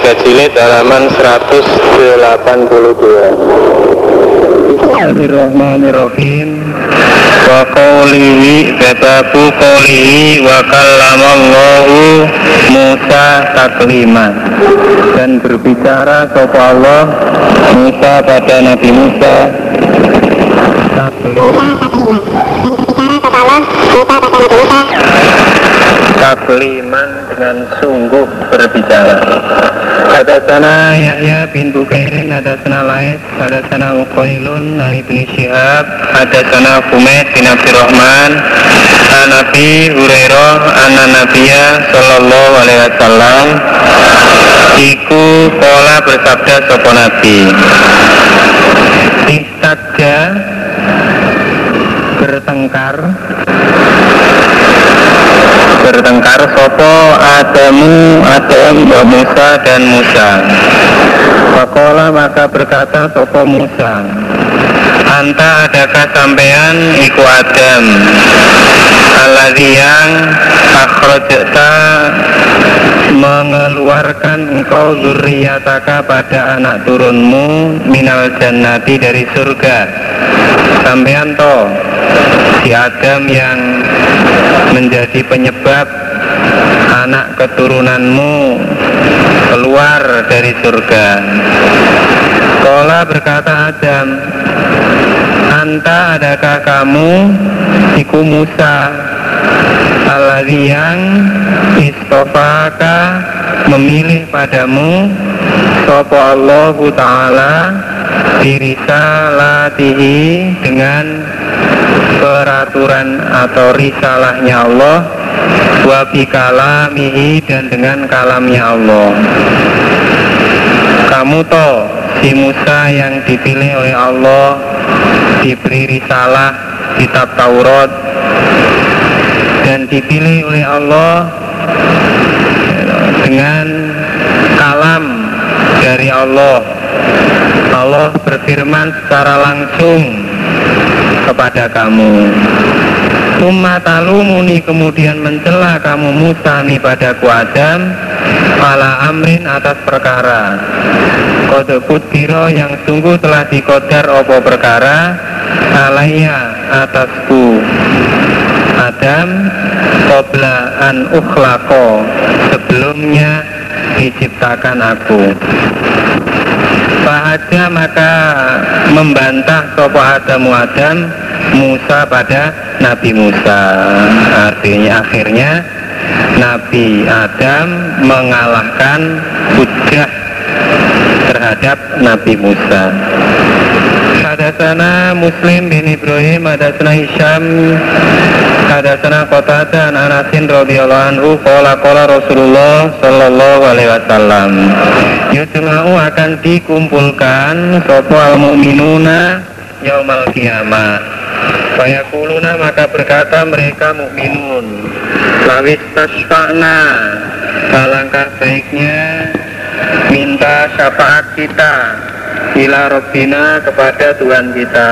Tiga Jilid halaman 182. Bismillahirrahmanirrahim. Wa qawlihi bataku qawlihi wa kallamallahu Musa takliman. Dan berbicara sapa Allah Musa pada Nabi Musa takliman dengan sungguh berbicara. Ada sana Yahya bin Bukairin, ada sana Lais, ada sana Uqailun, dari Ibn Syihab, ada sana Humaid bin Abdurrahman, Nabi Hurairah, anna Nabiya sallallahu alaihi wasallam iku pola bersabda sapa Nabi. Istajja bertengkar sopo Adam wa Musa dan Musa. Faqala maka berkata sopo Musa, anta adakah sampean iku Adam alladzi yang akhrajta mengeluarkan engkau zurriyataka pada anak turunmu minal jannati dari surga. Sampean toh si Adam yang menjadi penyebab anak keturunanmu keluar dari surga. Qala berkata Adam, anta adakah kamu iku Musa alladzi yang istofaka memilih padamu sapa Allah Ta'ala birisalatihi dengan peraturan atau risalahnya Allah, wa bikalamihi dan dengan kalamnya Allah. Kamu toh si Musa yang dipilih oleh Allah, diberi risalah kitab Taurat dan dipilih oleh Allah dengan kalam dari Allah. Allah berfirman secara langsung kepada kamu. Summa talumuni, kemudian mencela kamu Musa nih padaku Adam ala amrin atas perkara qad qudira yang sungguh telah dikodar apa perkara alaiya atasku Adam qabla an ukhlaqo sebelumnya diciptakan aku. Fahaja maka membantah sapa Adam Musa pada Nabi Musa. Artinya akhirnya Nabi Adam mengalahkan hujjah terhadap Nabi Musa. Hadatsana Muslim bin Ibrahim, hadatsana Hisham, hadatsana Qatadah an Anas radhiyallahu anhu qala Rasulullah sallallahu alaihi wasallam yujma'u akan dikumpulkan sapa al-mu'minuna yaumal qiyamah. Fayaquluna maka berkata mereka mukminun, lawis tasfa'na, alangkah baiknya minta syafaat kita ila Rabbina kepada Tuhan kita.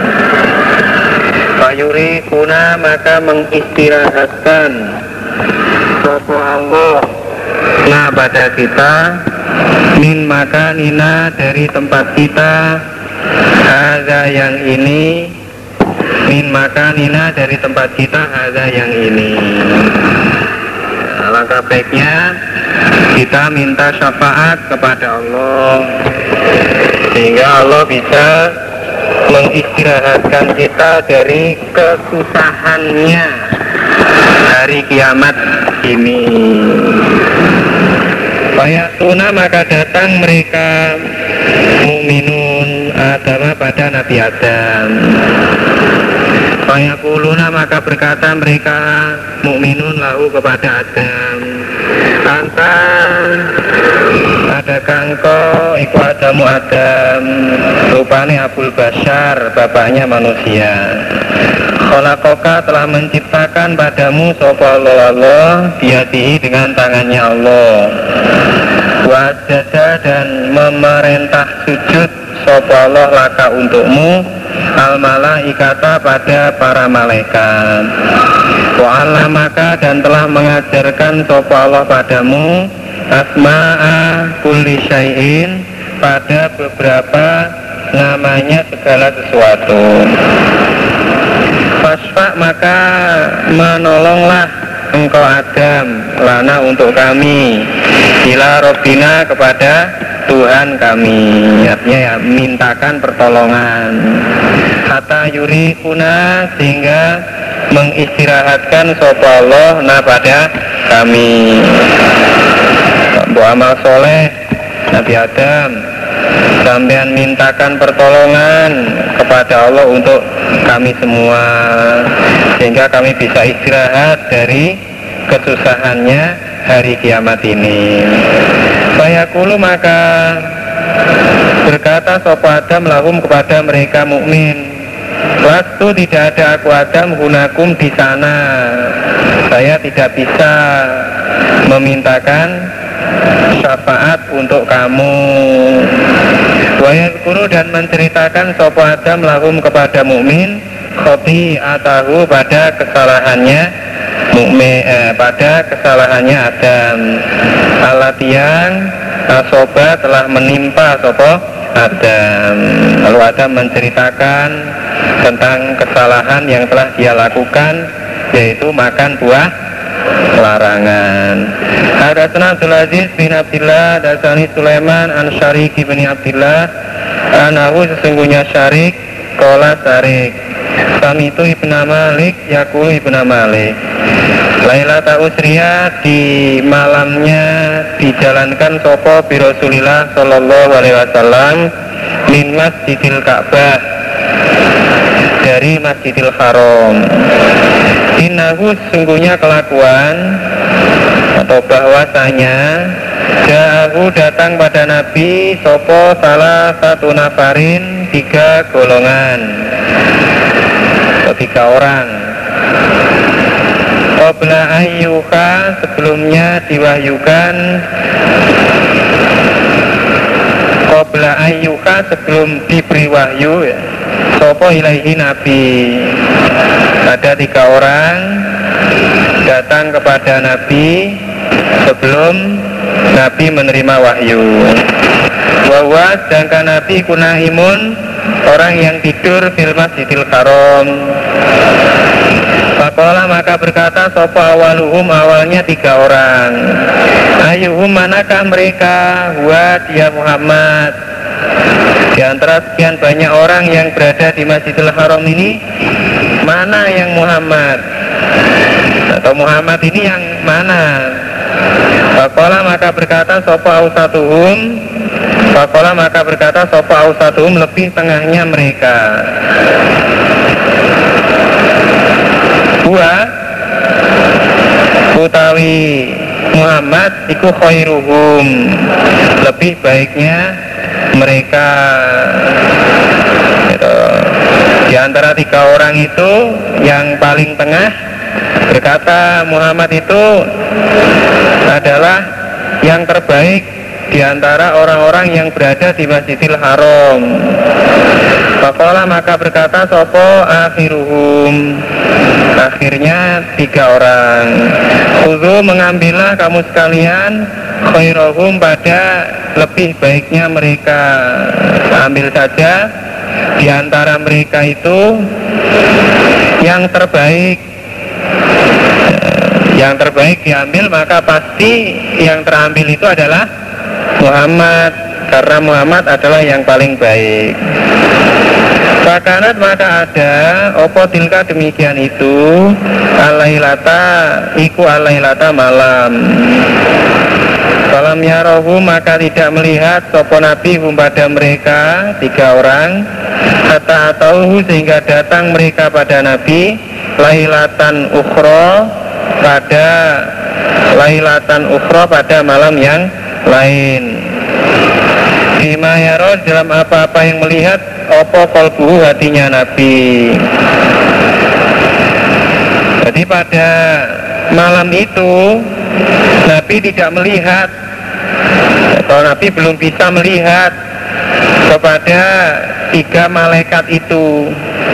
Fayuri kuna maka mengistirahatkan sapa Allah nah pada kita min makanina dari tempat kita hadza yang ini min makanina dari tempat kita hadza yang ini. Alangkah baiknya kita minta syafaat kepada Allah sehingga Allah bisa mengistirahatkan kita dari kesusahannya hari kiamat ini. Fayatuna maka datang mereka mukminun Adam pada Nabi Adam. Fayaquluna maka berkata mereka mukminun lahu kepada Adam, anta adakah engkau iku Adamu Adam rupane Abul Bashar bapaknya manusia. Khalaqaka telah menciptakan padamu sapa Allah biadihi dengan tangannya Allah. Wajada dan memerintah sujud sapa Allah laka untukmu al malaikata pada para malaikat. Wa 'allamaka dan telah mengajarkan sapa Allah padamu asma'a kulli syai'in, pada beberapa namanya segala sesuatu. Fasfa, maka menolonglah engkau Adam, lana untuk kami, ila Rabbina, kepada Tuhan kami. Artinya ya, mintakan pertolongan. Hatta yurikuna, sehingga mengistirahatkan sapa Allah na pada kami. Bu amal soleh Nabi Adam, sampean mintakan pertolongan kepada Allah untuk kami semua, sehingga kami bisa istirahat dari kesusahannya hari kiamat ini. Fayaqulu, maka berkata sapa Adam lahum, kepada mereka mukmin, lastu, tidak ada aku Adam, hunakum, di sana saya tidak bisa memintakan syafaat untuk kamu. Wa yadhkuru, dan menceritakan sapa Adam lahum, kepada mukmin, khoti'atahu, pada kesalahannya mukmin, pada kesalahannya Adam, alat yang asoba, telah menimpa sapa Adam. Lalu Adam menceritakan tentang kesalahan yang telah dia lakukan, yaitu makan buah larangan. Hadatsana Abdul Aziz bin Abdillah, hadatsani Sulaiman an Syarik bin Abdillah, anahu, sesungguhnya Syarik, qala Syarik, samitu Ibnu Malik yaqulu, Ibnu Malik, Lailata usriya, di malamnya dijalankan sopo bi Rasulillah sallallahu alaihi wasallam min Masjidil Ka'bah, dari Masjidil Haram. Innahu, sungguhnya kelakuan atau bahwasanya, ja'ahu, datang pada Nabi sopo salah satu nafarin, 3 golongan atau 3 orang. Qabla ayyuka, sebelumnya diwahyukan, qabla ayyuka, sebelum diberi wahyu ya, sopo ilaihi Nabi. Ada 3 orang datang kepada Nabi sebelum Nabi menerima wahyu. Wawa, sedangkan Nabi kunaimun, orang yang tidur fil Masjidil Haram. Faqala, maka berkata sapa awaluhum, awalnya 3 orang, ayuhum, manakah mereka, huwa, dia Muhammad. Di antara sekian banyak orang yang berada di Masjidil Haram ini, mana yang Muhammad, atau Muhammad ini yang mana? Faqala, maka berkata sapa ausatuhum, faqala, maka berkata sapa ausatuhum, lebih tengahnya mereka, huwa, utawi Muhammad, iku khairuhum, lebih baiknya mereka. Di antara 3 orang itu, yang paling tengah berkata Muhammad itu adalah yang terbaik di antara orang-orang yang berada di Masjidil Haram. Faqala, maka berkata sopo akhiruhum, akhirnya 3 orang, khudhu, mengambillah kamu sekalian, khairuhum, pada lebih baiknya mereka, ambil saja di antara mereka itu yang terbaik. Yang terbaik diambil, maka pasti yang terambil itu adalah Muhammad, karena Muhammad adalah yang paling baik. Fakanat, maka ada opo tilka, demikian itu, alailata, iku alailata, malam. Falam yarohu, maka tidak melihat sopo Nabi hum, pada mereka 3 orang, hatta atauhu, sehingga datang mereka pada Nabi, lailatan ukhra, pada lailatan ukhra, pada malam yang lain. Bima yaro, dalam apa-apa yang melihat, opo qalbuhu, hatinya Nabi. Jadi pada malam itu Nabi tidak melihat, atau Nabi belum bisa melihat kepada 3 malaikat itu,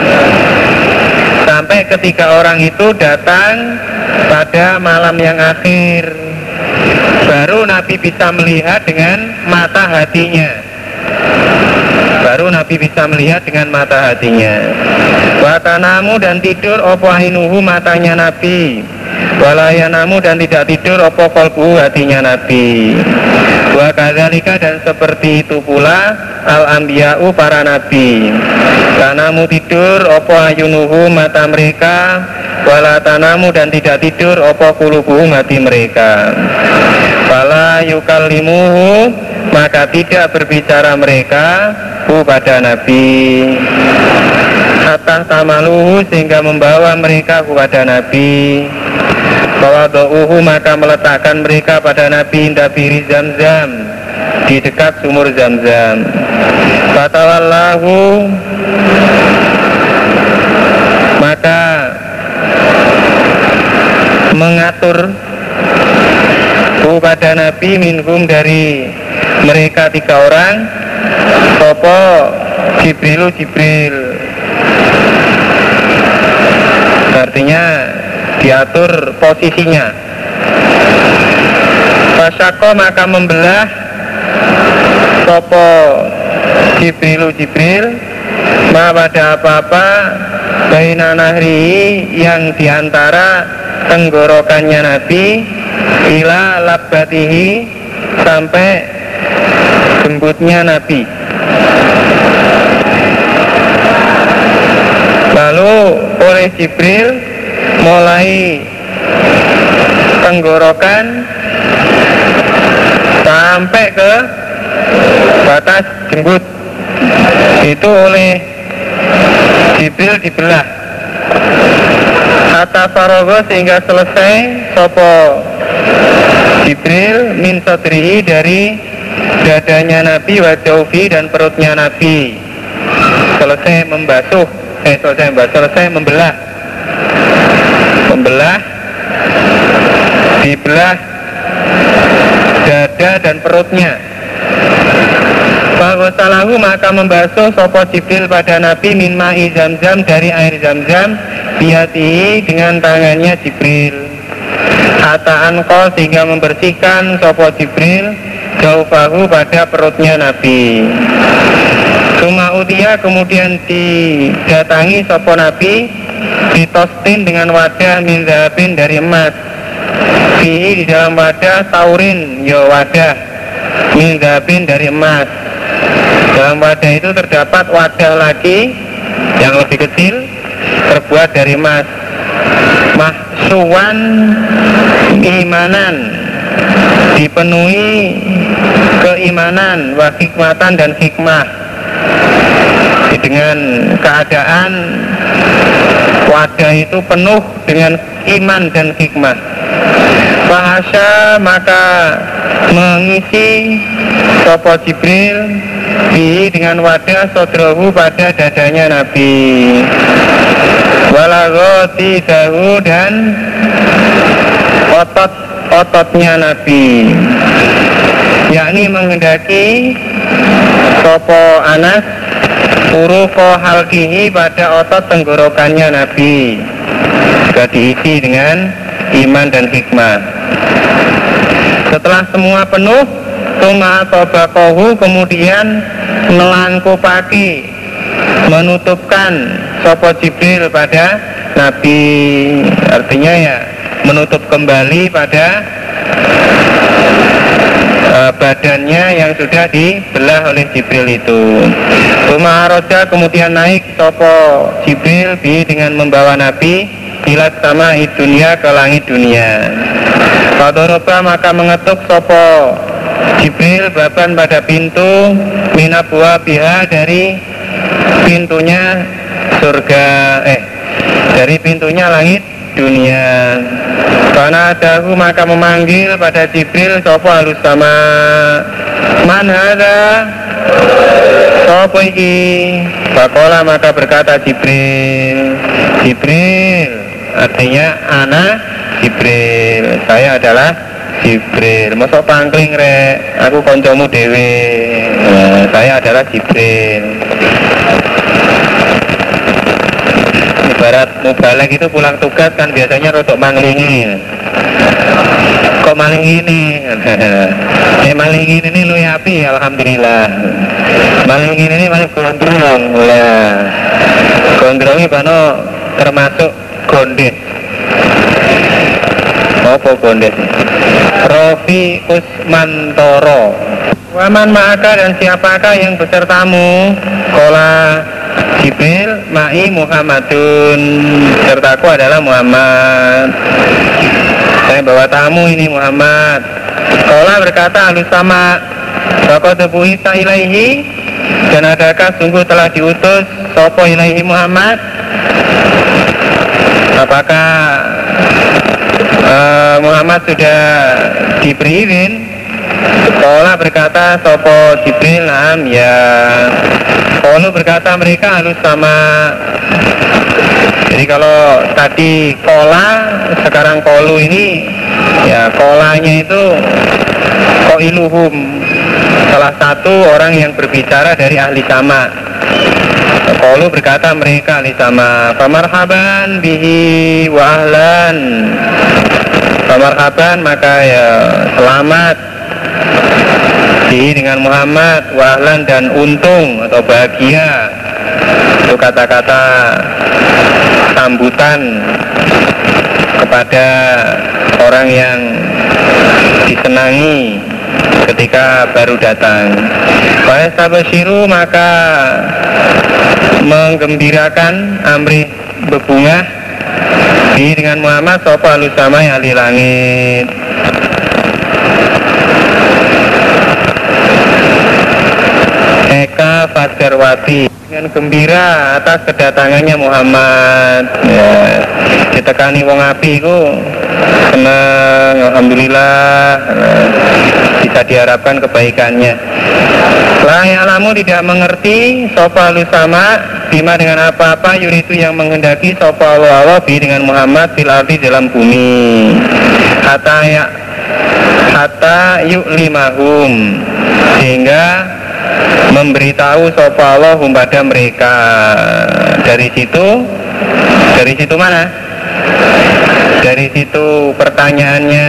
sampai ketika orang itu datang pada malam yang akhir. baru Nabi bisa melihat dengan mata hatinya. Baru Nabi bisa melihat dengan mata hatinya. Watanamu dan tidur opo ainuhu matanya Nabi. Walayanamu dan tidak tidur opo kolbu hatinya Nabi. Wa kadzalika dan seperti itu pula al-anbiya'u para nabi. Tanamu tidur opo ayunuhu mata mereka. Walatanamu dan tidak tidur opo kulubuhu hati mereka. Fala yukallimuhu maka tidak berbicara mereka pada Nabi hatta tamaluhu sehingga membawa mereka kepada Nabi. Fawaduhu maka meletakkan mereka pada Nabi inda biri Zamzam di dekat sumur Zamzam. Fatawallahu maka mengatur kepada Nabi minhum dari mereka 3 orang sopo Jibril artinya diatur posisinya. Fasyako maka membelah sopo Jibril ma pada apa-apa baina nahri yang diantara tenggorokannya Nabi ila labbatihi sampai jembutnya Nabi. Lalu oleh Jibril mulai tenggorokan sampai ke batas jembut itu oleh Jibril dibelah hatta farogo sehingga selesai sopo Jibril min sadrihi dari dadanya Nabi wa jaufi dan perutnya Nabi. Selesai membelah dibelah dada dan perutnya. Fagosalahu maka membasuh sopo Jibril pada Nabi min ma'i Zamzam dari air Zamzam bihatihi dengan tangannya Jibril. Hatta anqo sehingga membersihkan sopo Jibril jaufahu pada perutnya Nabi. Suma utia kemudian didatangi sopo Nabi ditostin dengan wadah min zahabin dari emas. Fihi di dalam wadah saurin yo wadah min zahabin dari emas. Dalam wadah itu terdapat wadah lagi yang lebih kecil terbuat dari emas. Mahsuwan imanan dipenuhi keimanan wa hikmatan dan hikmah dengan keadaan wadah itu penuh dengan iman dan hikmah. Bahasa maka mengisi sopo Jibril dengan wadah sodrohu pada dadanya Nabi. Walagoti dahu dan ototnya Nabi, yakni menghendaki sopo Anas uruko halkihi pada otot tenggorokannya Nabi juga diisi dengan iman dan hikmah. Setelah semua penuh suma tobakohu kemudian melangkupaki menutupkan sopo Jibril pada Nabi, artinya ya menutup kembali pada badannya yang sudah dibelah oleh Jibril itu. Roja kemudian naik sopo Jibril dengan membawa Nabi ila sama dunia ke langit dunia. Fadoroba maka mengetuk sopo Jibril baban pada pintu minabua biha dari pintunya surga dari pintunya langit dunia. Karena dahu maka memanggil pada Jibril sopo halus sama man hadza sopo iki. Fakola maka berkata Jibril artinya ana Jibril, saya adalah Jibril. Mosok pangkling rek, aku koncomu dewe. Saya adalah Jibril. Ibarat mubalek itu pulang tugas kan biasanya rodok manglingi. kok maling ini maling ini lu api, alhamdulillah. Maling ini maling gondrong lah, gondrongnya pano termasuk gondes. Apa gondes? Rofi Usmantoro. Waman maka dan siapakah yang besertamu? Kola Jibril ma'i Muhammadun, sertaku adalah Muhammad. Saya bawa tamu ini Muhammad. Kola berkata halus sama Bako tebuhi ilaihi, dan adakah sungguh telah diutus sopo ilaihi Muhammad? Apakah Muhammad sudah diberi izin? Kola berkata sopo Jibril, naam ya. Kolu berkata mereka halus sama. Jadi kalau tadi kola, sekarang kolu ini ya kolanya itu koiluhum, salah satu orang yang berbicara dari ahli sama. Kolu berkata mereka ahli sama. Famarhaban bihi wa ahlan. Famarhaban maka ya selamat dengan Muhammad, wahlan dan untung atau bahagia. Itu kata-kata sambutan kepada orang yang disenangi ketika baru datang. Faistabashiru maka menggembirakan amri bebungah dengan Muhammad sopa lusama yang ahli langit. Eka Fasirwati dengan gembira atas kedatangannya Muhammad. Ya, ditekani wong api ku senang, alhamdulillah, bisa diharapkan kebaikannya. La ya'lamu tidak mengerti sopa lusama bima dengan apa-apa yuritu yang menghendaki sopa Allah bi dengan Muhammad fil ardi dalam bumi. Hatta yu'limahum, sehingga memberitahu sopa Allah pada mereka. Dari situ mana? Dari situ pertanyaannya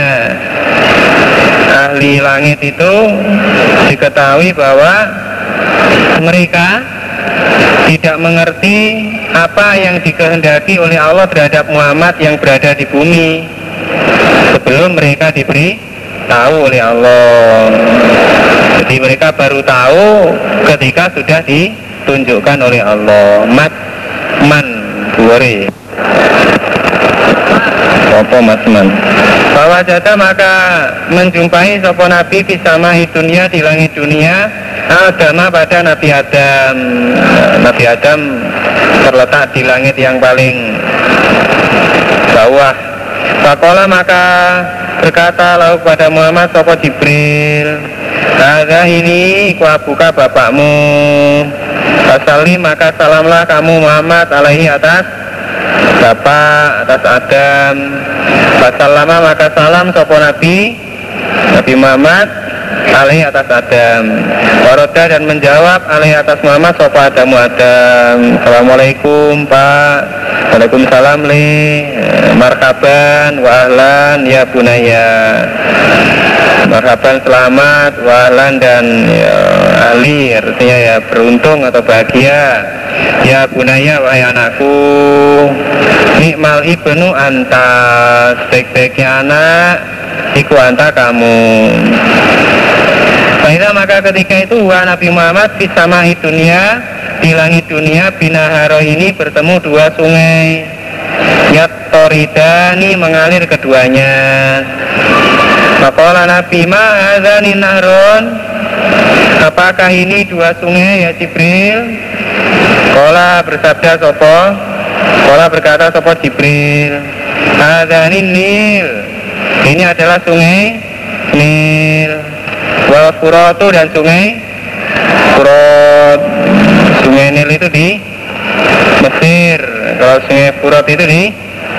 ahli langit itu diketahui bahwa mereka tidak mengerti apa yang dikehendaki oleh Allah terhadap Muhammad yang berada di bumi sebelum mereka diberi tahu oleh Allah. Jadi mereka baru tahu ketika sudah ditunjukkan oleh Allah. Man buari Sopo masman bahwa jada maka menjumpai sopo nabi bisama dunia di langit dunia agama pada Nabi Adam. Nabi Adam terletak di langit yang paling bawah. Fakola maka berkata lalu pada Muhammad sopo Jibril, ada ini buka bapakmu. Fasalim maka salamlah kamu Muhammad alaihi atas bapak, atas Adam. Fasalama maka salam sopo Nabi Muhammad alaihi atas Adam. Waroda dan menjawab alaihi atas Muhammad sopo Adamu Adam. Assalamualaikum Pak. Waalaikumsalam li. Marhaban wa ahlan ya bunaya. Marhaban selamat, wahlan dan ya, ahli, artinya ya beruntung atau bahagia. Ya bunaya wahai anakku, nikmal ibnu anta, sebaik-baiknya anak iku anta kamu. Baiklah maka ketika itu Nabi Muhammad bisama dunia, di langit dunia binaharo ini bertemu dua sungai. Yatoridani mengalir keduanya. Maqala Nabi ma'adzani nahron, apakah ini dua sungai ya Jibril? Qala bersabda sopo, Qala berkata sopo Jibril, adzani Nil, ini adalah sungai Nil. Wal Furatu dan sungai Furat. Sungai Nil itu di Mesir, kalau sungai Furat itu di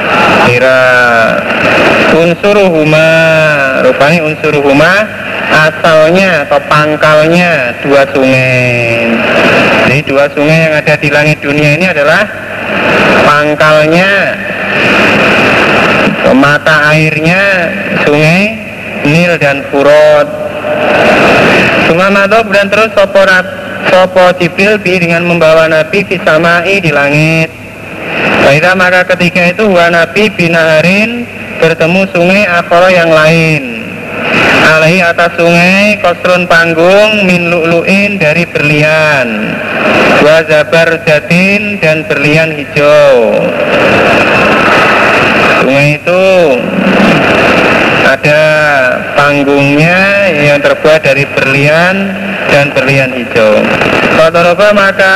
Irak. Unsuruhuma, rupanya unsuruhuma asalnya atau pangkalnya dua sungai. Jadi dua sungai yang ada di langit dunia ini adalah pangkalnya, mata airnya sungai Jibril dan Furad. Sumamadob dan terus sopo Jibril dengan membawa Nabi fisamai di langit. Baiklah, maka ketika itu Nabi binaharin bertemu sungai akhara yang lain. Alaihi atas sungai kosrun panggung min lu'lu'in dari berlian, wa zabarjatin dan berlian hijau. Sungai itu ada panggungnya yang terbuat dari berlian dan berlian hijau. Fatoroba maka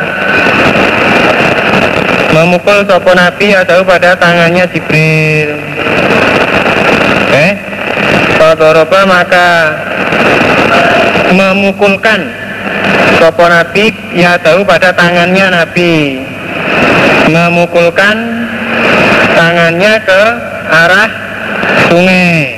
memukul sopo Nabi atau pada tangannya Jibril. Fatoroba maka memukulkan sopo Nabi ya tahu pada tangannya Nabi, memukulkan tangannya ke arah sungai.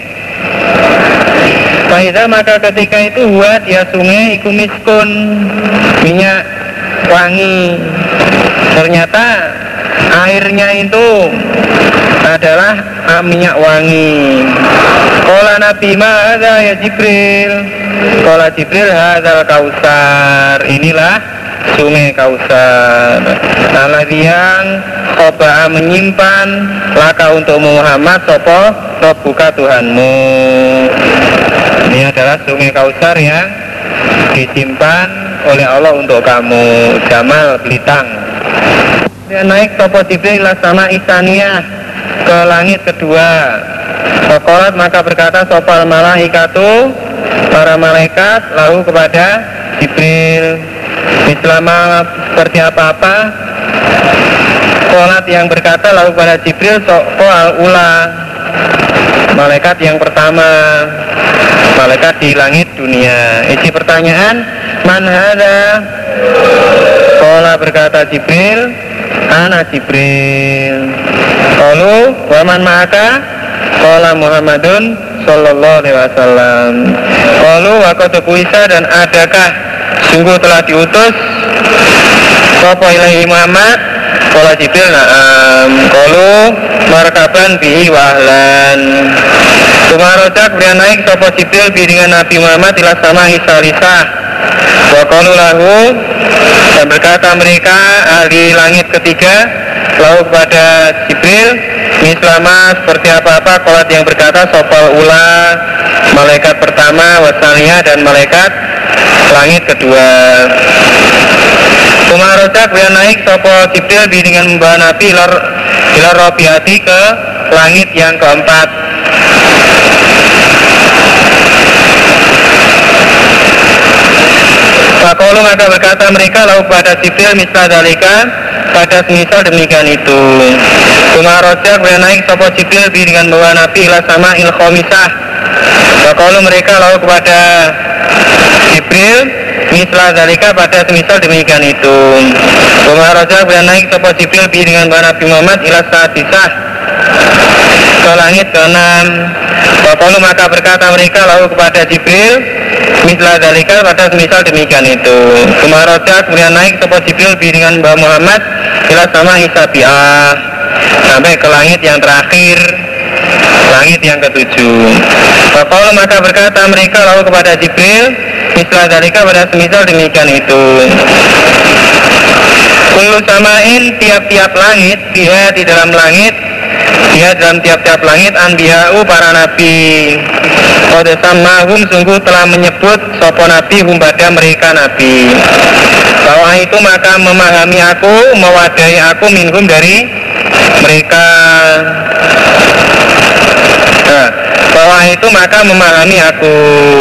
Faiza maka ketika itu dia sungai iku miskun, minyak wangi. Ternyata airnya itu adalah minyak wangi. Qala Nabi ma hadza ya Jibril. Qala Jibril hadzal Kausar. Inilah sungai Kausar. Alladzi yang khoba'a menyimpan laka untuk Muhammad sopo Rabbuka Tuhanmu. Ini adalah sungai Kausar yang disimpan oleh Allah untuk kamu. Jamal Belitang. Dia naik sopo Jibril ila sama Isaniyah ke langit kedua. Faqalat maka berkata sopal malaikatu para malaikat lalu kepada Jibril, selama seperti apa-apa. Qalat yang berkata lalu kepada Jibril soal ula, malaikat yang pertama, malaikat di langit dunia. Isi pertanyaan, man hadza? Qala berkata Jibril, ana Jibril. Qalu wa man ma'aka? Qala Muhammadun sallallahu alaihi wasallam. Qalu wa qad buisa dan adakah sungguh telah diutus sapa ilahi Muhammad? Qala Jibril na'am. Qalu markaban bihi wa ahlan. Tumarojak beliau naik sapa Jibril dengan Nabi Muhammad ila sama isalisah. Wa qalu lahu dan berkata mereka ahli langit ketiga lalu kepada Jibril, mislama seperti apa-apa kolat yang berkata sopal ula, malaikat pertama, wasaniyah dan malaikat langit kedua. Tumarojak beliau naik sopo Jibril dengan membawa Nabi ilar robiati ke langit yang keempat. Fakolu maka berkata mereka lalu pada Jibril misal dalika pada semisal demikian itu. Tumarojak beliau naik sopo Jibril dengan membawa Nabi ilah sama il khomisah. Fakolu mereka lalu kepada Jibril misal dalika pada semisal demikian itu. Tumarojak beliau naik sopo Jibril dengan membawa Nabi Muhammad ilah sadisah ke langit ke-6. Fakolu maka berkata mereka lalu kepada Jibril misal dalika pada semisal demikian itu. Tumarojak kemudian naik sopo Jibril dengan Mbak Muhammad ila sama Isabiah sampai ke langit yang terakhir, langit yang ke-7. Fakol maka berkata mereka lalu kepada Jibril misal dalika pada semisal demikian itu. Kullu samain tiap-tiap langit dia di dalam langit, dia dalam tiap-tiap langit anbiya'u para nabi. Qad sammahum sungguh telah menyebut sopo nabi hum pada mereka nabi. Bahwa itu maka memahami aku, mewadai aku minhum dari mereka. Nah, bahwa itu maka memahami aku.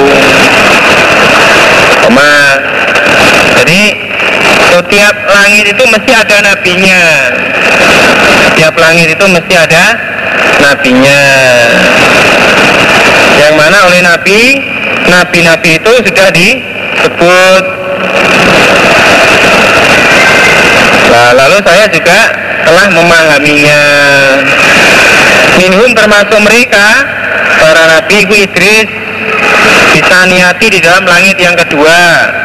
Jadi setiap langit itu mesti ada nabinya. Setiap langit itu mesti ada nabinya. Yang mana oleh nabi-nabi itu sudah disebut. Nah, lalu saya juga telah memahaminya. Minhum termasuk mereka para nabi itu Idris bisa niati di dalam langit yang kedua.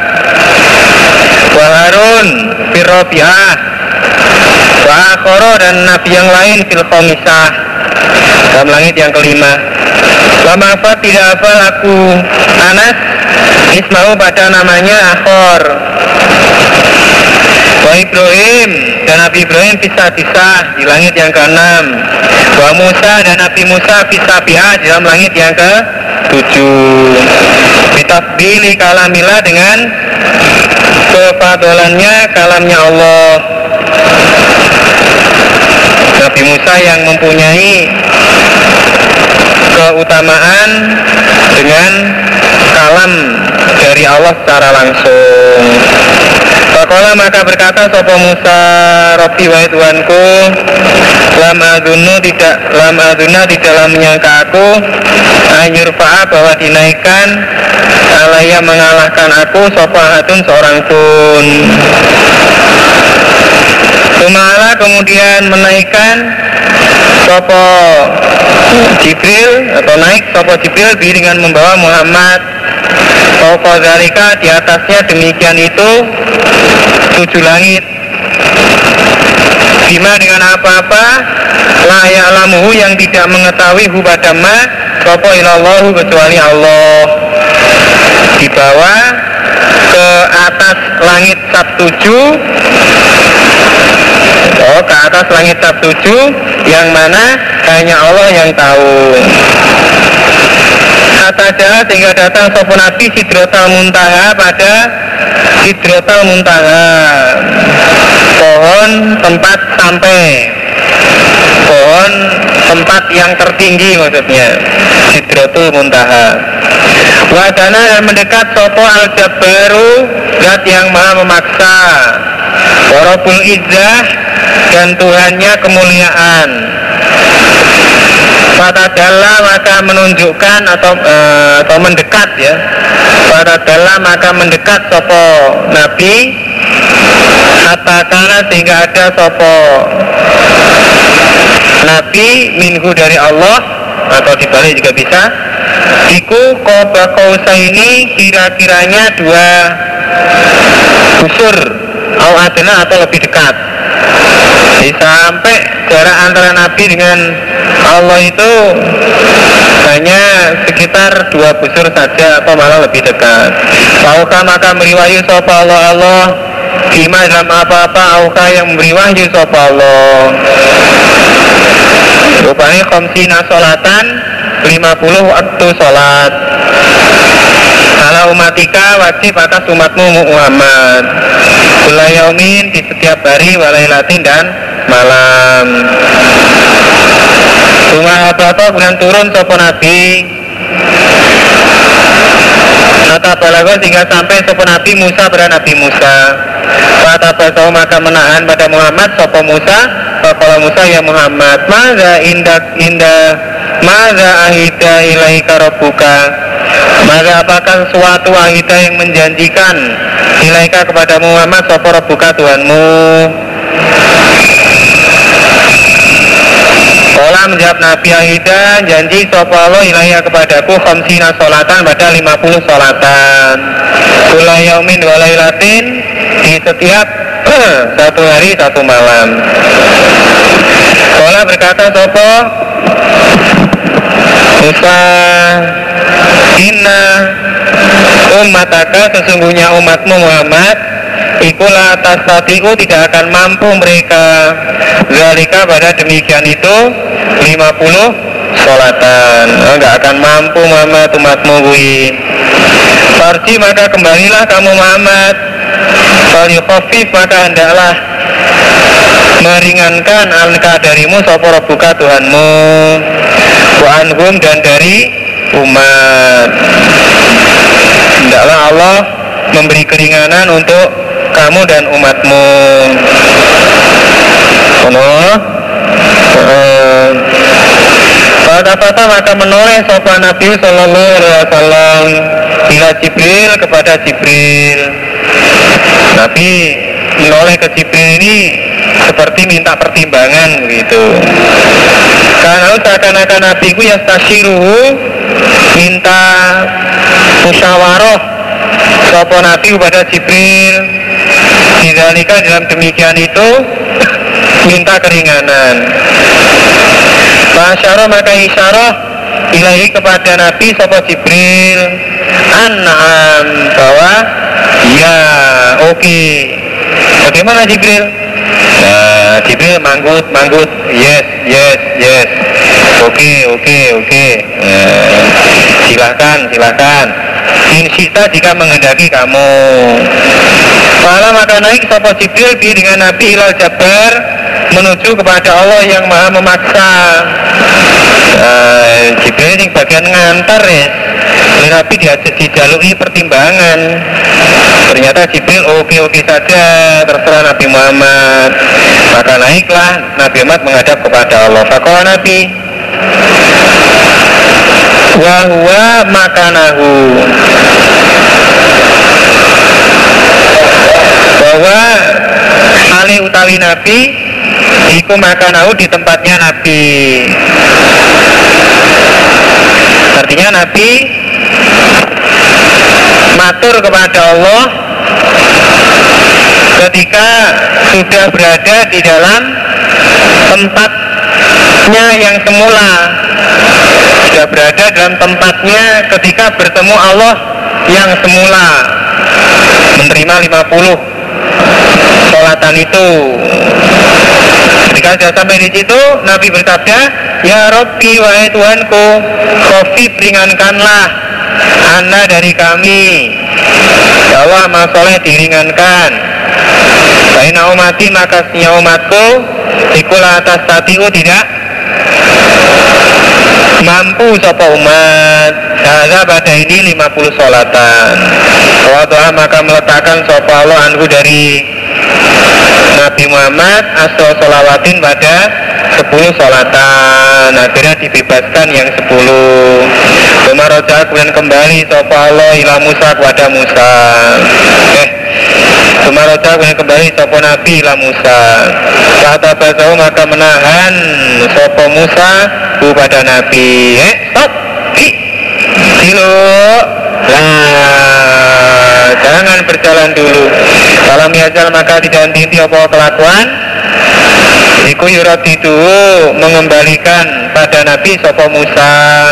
Wa Harun fil Rabi'ah wa akhara dan nabi yang lain fil khamisah dalam langit yang kelima. Lamafat tidak hafal aku Anas ismau pada namanya Akhor. Wa Ibrahim dan Nabi Ibrahim pisah-pisah di langit yang ke-6. Wa Musa dan Nabi Musa pisah-pisah di dalam langit yang ke-7. Bitasbili kalamillah dengan kefadolannya kalamnya Allah. Nabi Musa yang mempunyai keutamaan dengan kalam dari Allah secara langsung. Faqala maka berkata sapa Musa, Rabbi wahai Tuhanku, lam aduna tidaklah menyangka aku ayurfa'a bahwa dinaikkan alaya mengalahkan aku sofahatun seorang pun. Sumala kemudian menaikkan sopo Jibril atau naik sopo Jibril dengan membawa Muhammad. Sopo zalika di atasnya demikian itu 7 langit. Bima dengan apa-apa la ya'lamuhu yang tidak mengetahui hu badama sopo ilallahu kecuali Allah. Dibawa ke atas langit sab 7. Ke atas langit sab 7 yang mana hanya Allah yang tahu. Kata jahat sehingga datang sopo Nabi Sidratal Muntaha pada Sidratal Muntaha, pohon tempat sampai, pohon tempat yang tertinggi maksudnya Sidratul Muntaha. Wadana dan mendekat sopo Al-Jabbaru zat yang maha memaksa, Warabul Izzah dan Tuhannya kemuliaan. Fatadalla maka menunjukkan atau mendekat ya. Fatadalla maka mendekat sopo Nabi hatta kana sehingga ada sopo Nabi minhu dari Allah, atau dibalik juga bisa. Iku qoba qausaini kira-kiranya 2 busur au adna atau lebih dekat. Jadi sampai jarak antara Nabi dengan Allah itu hanya sekitar 2 busur saja atau malah lebih dekat. Auka maka memberi wahyu sapa Allah bima dalam apa-apa auka yang memberi wahyu sapa Allah. Rupanya khamsina sholatan 50 waktu sholat. Ala umatika wajib atas umatmu Muhammad. Kula yaumin di setiap hari walailatin dan malam. Cuma apa-apa kemudian turun sopo Nabi. Kata balaghah sehingga sampai sopo Nabi Musa pada Nabi Musa. Kata basau maka menahan pada Muhammad sopo Musa. Faqala Musa ya Muhammad, maza ahida ilaika rabbuka. Maka apakah suatu ahida yang menjanjikan ilaika kepada Muhammad sopo rabbuka Tuhanmu. Kala menjawab Nabi ahida janji sopo Allah ilaika kepadaku khamsina sholatan pada 50 sholatan. Kula yaumin walailatin di setiap 1 hari 1 malam. Kala berkata sopo Musa, inna ummataka sesungguhnya umatmu Muhammad ikulah tastati'u tidak akan mampu mereka zalika pada demikian itu 50 sholatan. Enggak akan mampu Muhammad umatmu gue. Farji maka kembalilah kamu Muhammad. Falyukhafif maka hendaklah meringankan anka darimu sapa rabbuka Tuhanmu. Wa anhum dan dari umat. Hendaklah Allah memberi keringanan untuk kamu dan umatmu. Pada maka menoleh sopan Nabi Sallallahu Alaihi Wasallam ila Jibril kepada Jibril. Nabi menoleh ke Jibril ini seperti minta pertimbangan begitu. Karena seakan-akan Nabi ku yastashiruhu minta musyawarah sopan Nabi kepada Jibril. Didzalika dalam demikian itu minta keringanan. Masyarah maka isyarah ilahi kepada Nabi sapa Jibril. An'am, bahwa ya oke. Bagaimana Jibril? Nah, Jibril manggut, yes. Oke. Silakan. Insita jika menghendaki kamu. Malah maka naik sapa Jibril dengan Nabi ilal Jabbar, menuju kepada Allah yang maha memaksa. Jibril ini bagian ngantar ya. Nabi dijalui pertimbangan. Ternyata Jibril oke saja, terserah Nabi Muhammad. Maka naiklah Nabi Muhammad menghadap kepada Allah. Faqala Nabi wa huwa makanahu, bahwa ali utawi Nabi iku makanahu di tempatnya Nabi. Artinya Nabi matur kepada Allah ketika sudah berada di dalam tempatnya yang semula, sudah berada dalam tempatnya ketika bertemu Allah yang semula, menerima 50 sholatan itu. Ketika sudah sampai di situ, Nabi bersabda, ya Rabbi, wahai Tuhanku, khafif, ringankanlah ana dari kami, bahwa amal soleh diringankan. Baina umati, maka sinya umatku ikul atas tatiu tidak mampu sapa umat. Hadza pada ini 50 sholatan. Wa maka meletakkan sapa Allah anhu dari Nabi Muhammad asro sholawatin pada 10 sholatan. Akhirnya dibebaskan yang 10. Kemudian kemudian kembali sapa Allah ila Musa kepada Musa. Kemudian kemudian kembali sapa Nabi ila Musa. Kata Basau maka menahan sapa Musa pada Nabi. Stop. Dilo. Jangan berjalan dulu. Kalau miasal maka tidak henti apa kelakuan. Iku yurat itu mengembalikan pada Nabi sapa Musa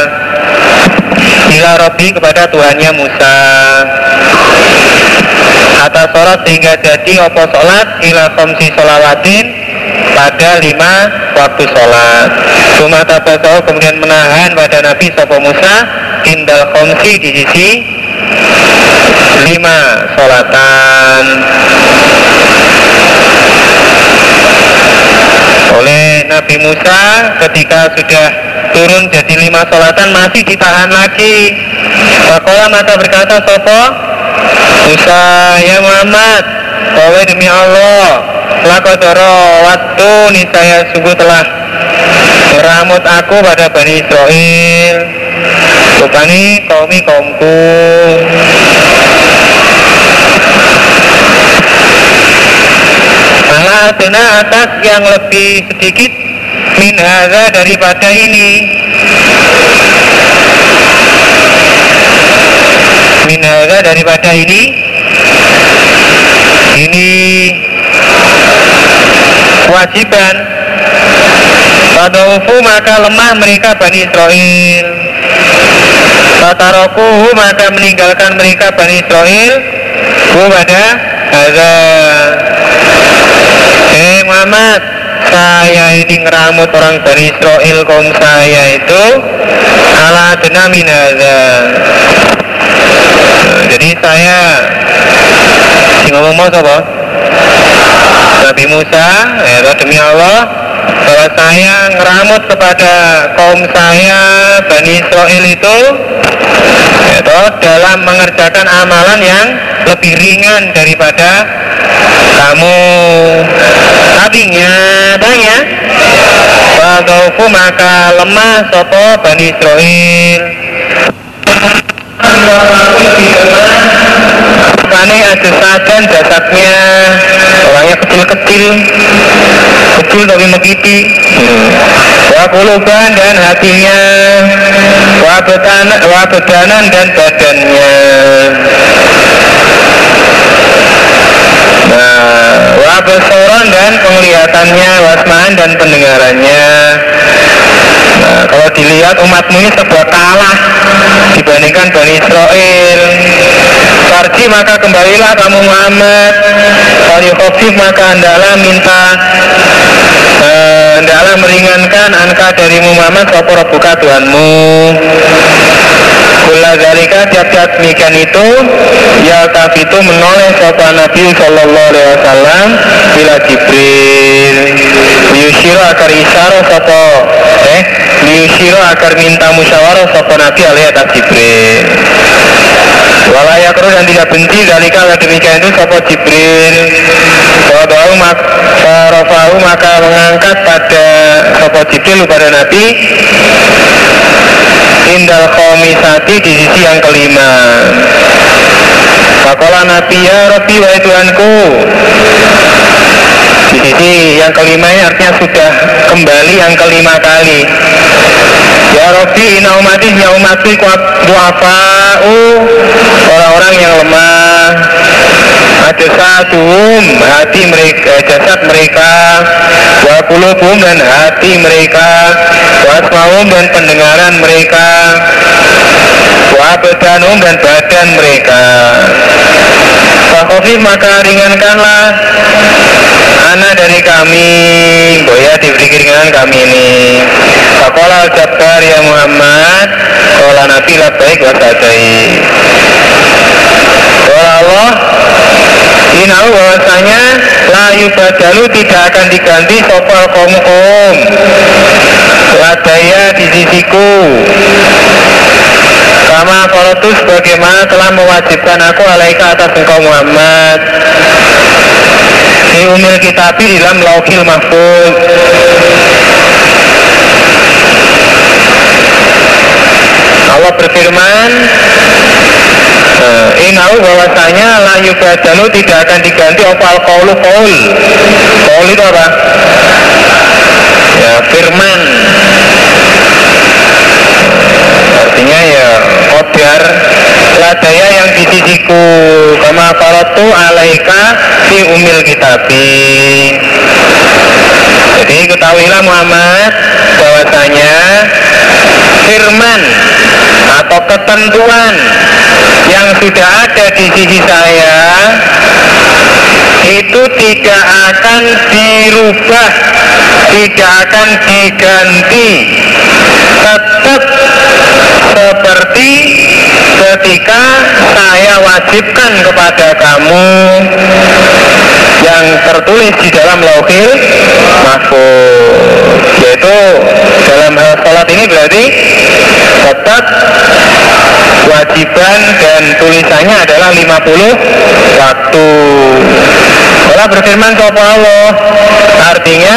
ila Rabbi kepada Tuhannya Musa. Atas sholat sehingga jadi apa sholat ila khamsi sholawatin pada 5 waktu sholat. Sumata basau kemudian menahan pada Nabi sapa Musa indal khamsi di sisi 5 sholatan. Oleh Nabi Musa ketika sudah turun jadi 5 sholatan masih ditahan lagi. Faqala maka berkata sapa Musa, ya Muhammad, bahwa demi Allah, lakodoro waktu niscaya sungguh telah meramut aku pada Bani Israel, rupani kaumku. Malah aduna atas yang lebih sedikit min hadza daripada ini. Min hadza daripada ini kewajiban. Fadaufu maka lemah mereka Bani Israel. Fatarokuhu maka meninggalkan mereka Bani Israel pada hadza. Muhammad, saya ini ngeramut orang Bani Israel kaum saya itu ala adna min hadza. Jadi saya ngomong apa? Nabi Musa, demi Allah, bahwa saya ngeramut kepada kaum saya Bani Israel itu dalam mengerjakan amalan yang lebih ringan daripada kamu. Tapi nyatanya Fadaufu maka lemah sopo Bani Israel. Makanya ada sadan jasadnya, orangnya kecil tapi mengiti. Wa kuluban dan hatinya, wa bedanan dan badannya. Wa besoran dan penglihatannya, wasmaan dan pendengarannya. Nah, kalau dilihat umatmu ini sebuah kalah dibandingkan Bani Israel. Farji, maka kembalilah kamu Muhammad. Falyukhafif, maka hendaklah hendaklah meringankan angka darimu Muhammad sapa rabbuka Tuhanmu. Kula zalika, tiap-tiap demikian itu ya kafitu menoleh sapa Nabi sallallahu alaihi wasallam bila Jibril liyusyira agar isyarah sapa liyusyira agar minta musyawarah sapa Nabi alaihi atas Jibril. Walayakru, dan tidak benci zalika demikian itu sapa Jibril. Farafahu, maka mengangkat pada sapa Jibril pada Nabi indal khomisati, di sisi yang kelima. Faqala Nabi, ya Rabbi, wahai Tuhanku. Di sisi yang kelima ini artinya sudah kembali yang kelima kali. Ya Rabbi, inna umati, ya umatku du'afa'u, orang-orang yang lemah. Ajasaduhum, hati mereka, jasad mereka. Wa qulubuhum, dan hati mereka. Wa asma'uhum, dan pendengaran mereka. Wa badanum, dan badan mereka. Fakhofif, maka ringankanlah ana dari kami, boya diberi keringanan kami ini. Faqala al-Jabbar, ya Muhammad, qala Nabi labbaik wa sa'daik. Qala Allah, inau, bahwasanya la yubadalu, tidak akan diganti sopal kaum ladaya di sisiku, sama faratus, bagaimana telah mewajibkan aku alaika atas engkau Muhammad di umil kitabi, dalam lauhil mahfuz. Allah berfirman, inau, bahwasanya la yubadalu, tidak akan diganti opal qaulu qaul. Qaul itu apa? Ya, firman. Artinya ya qadar ladaya yang di sisiku, kama faratu alaika fi umil kitabi. Jadi ketahuilah Muhammad bahwasanya firman atau ketentuan yang sudah ada di sisi saya itu tidak akan dirubah, tidak akan diganti, tetap seperti ketika saya wajibkan kepada kamu yang tertulis di dalam lauhil mahfuz. Yaitu dalam hal salat ini berarti tetap kewajiban dan tulisannya adalah 50 waktu. Allah berfirman kepada Allah, artinya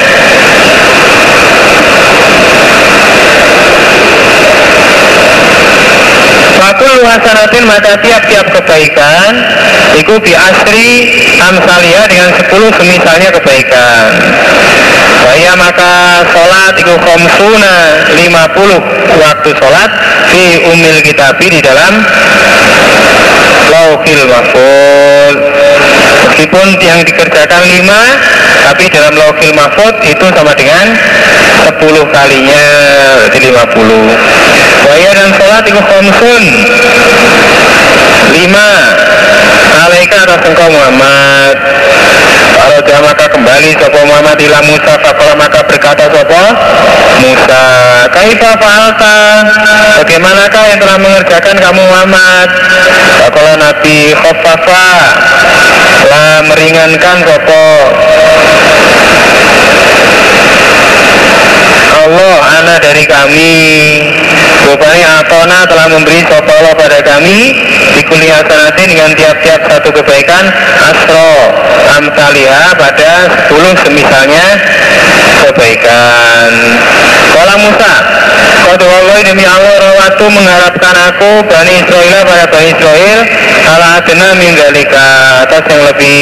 fakul hasanatin, maka tiap-tiap kebaikan iku bi asri amsalia, dengan 10 semisalnya kebaikan. Waya, maka sholat iku khamsuna, 50 waktu sholat fi umil kitabi, di dalam lauhil mahfuz. Meskipun yang dikerjakan 5, tapi dalam lauhil mahfuz itu sama dengan 10 kalinya, berarti 50. Waya, dan sholat iku khamsun, 5 alaika atas engkau Muhammad. Kalau dia maka kembali sapa Muhammad ila Musa, faqala, maka berkata sapa Musa, kaifa fa'alta, bagaimanakah yang telah mengerjakan kamu Muhammad? Faqala Nabi, khaffafa, lah meringankan sapa Allah ana dari kami. Rupanya atona, telah memberi sapa Allah pada kami dikuli hasanatin, dengan tiap-tiap satu kebaikan asro amsaliha, pada 10 semisalnya kebaikan. Kala Musa, qad wallahi, demi Allah, rawatu, mengharapkan aku Bani Israil, pada Bani Israil, ala adna min dzalika, atas yang lebih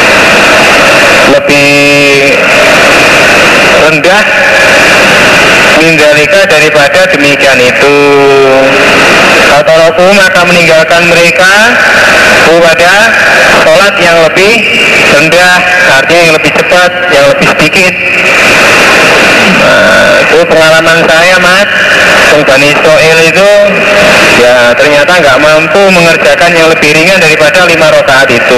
rendah mindalika daripada demikian itu. Atau maka meninggalkan mereka pada sholat yang lebih rendah, artinya yang lebih cepat, yang lebih sedikit. Itu pengalaman saya, Mas. Bani Israil itu ya ternyata nggak mampu mengerjakan yang lebih ringan daripada 5 rakaat itu.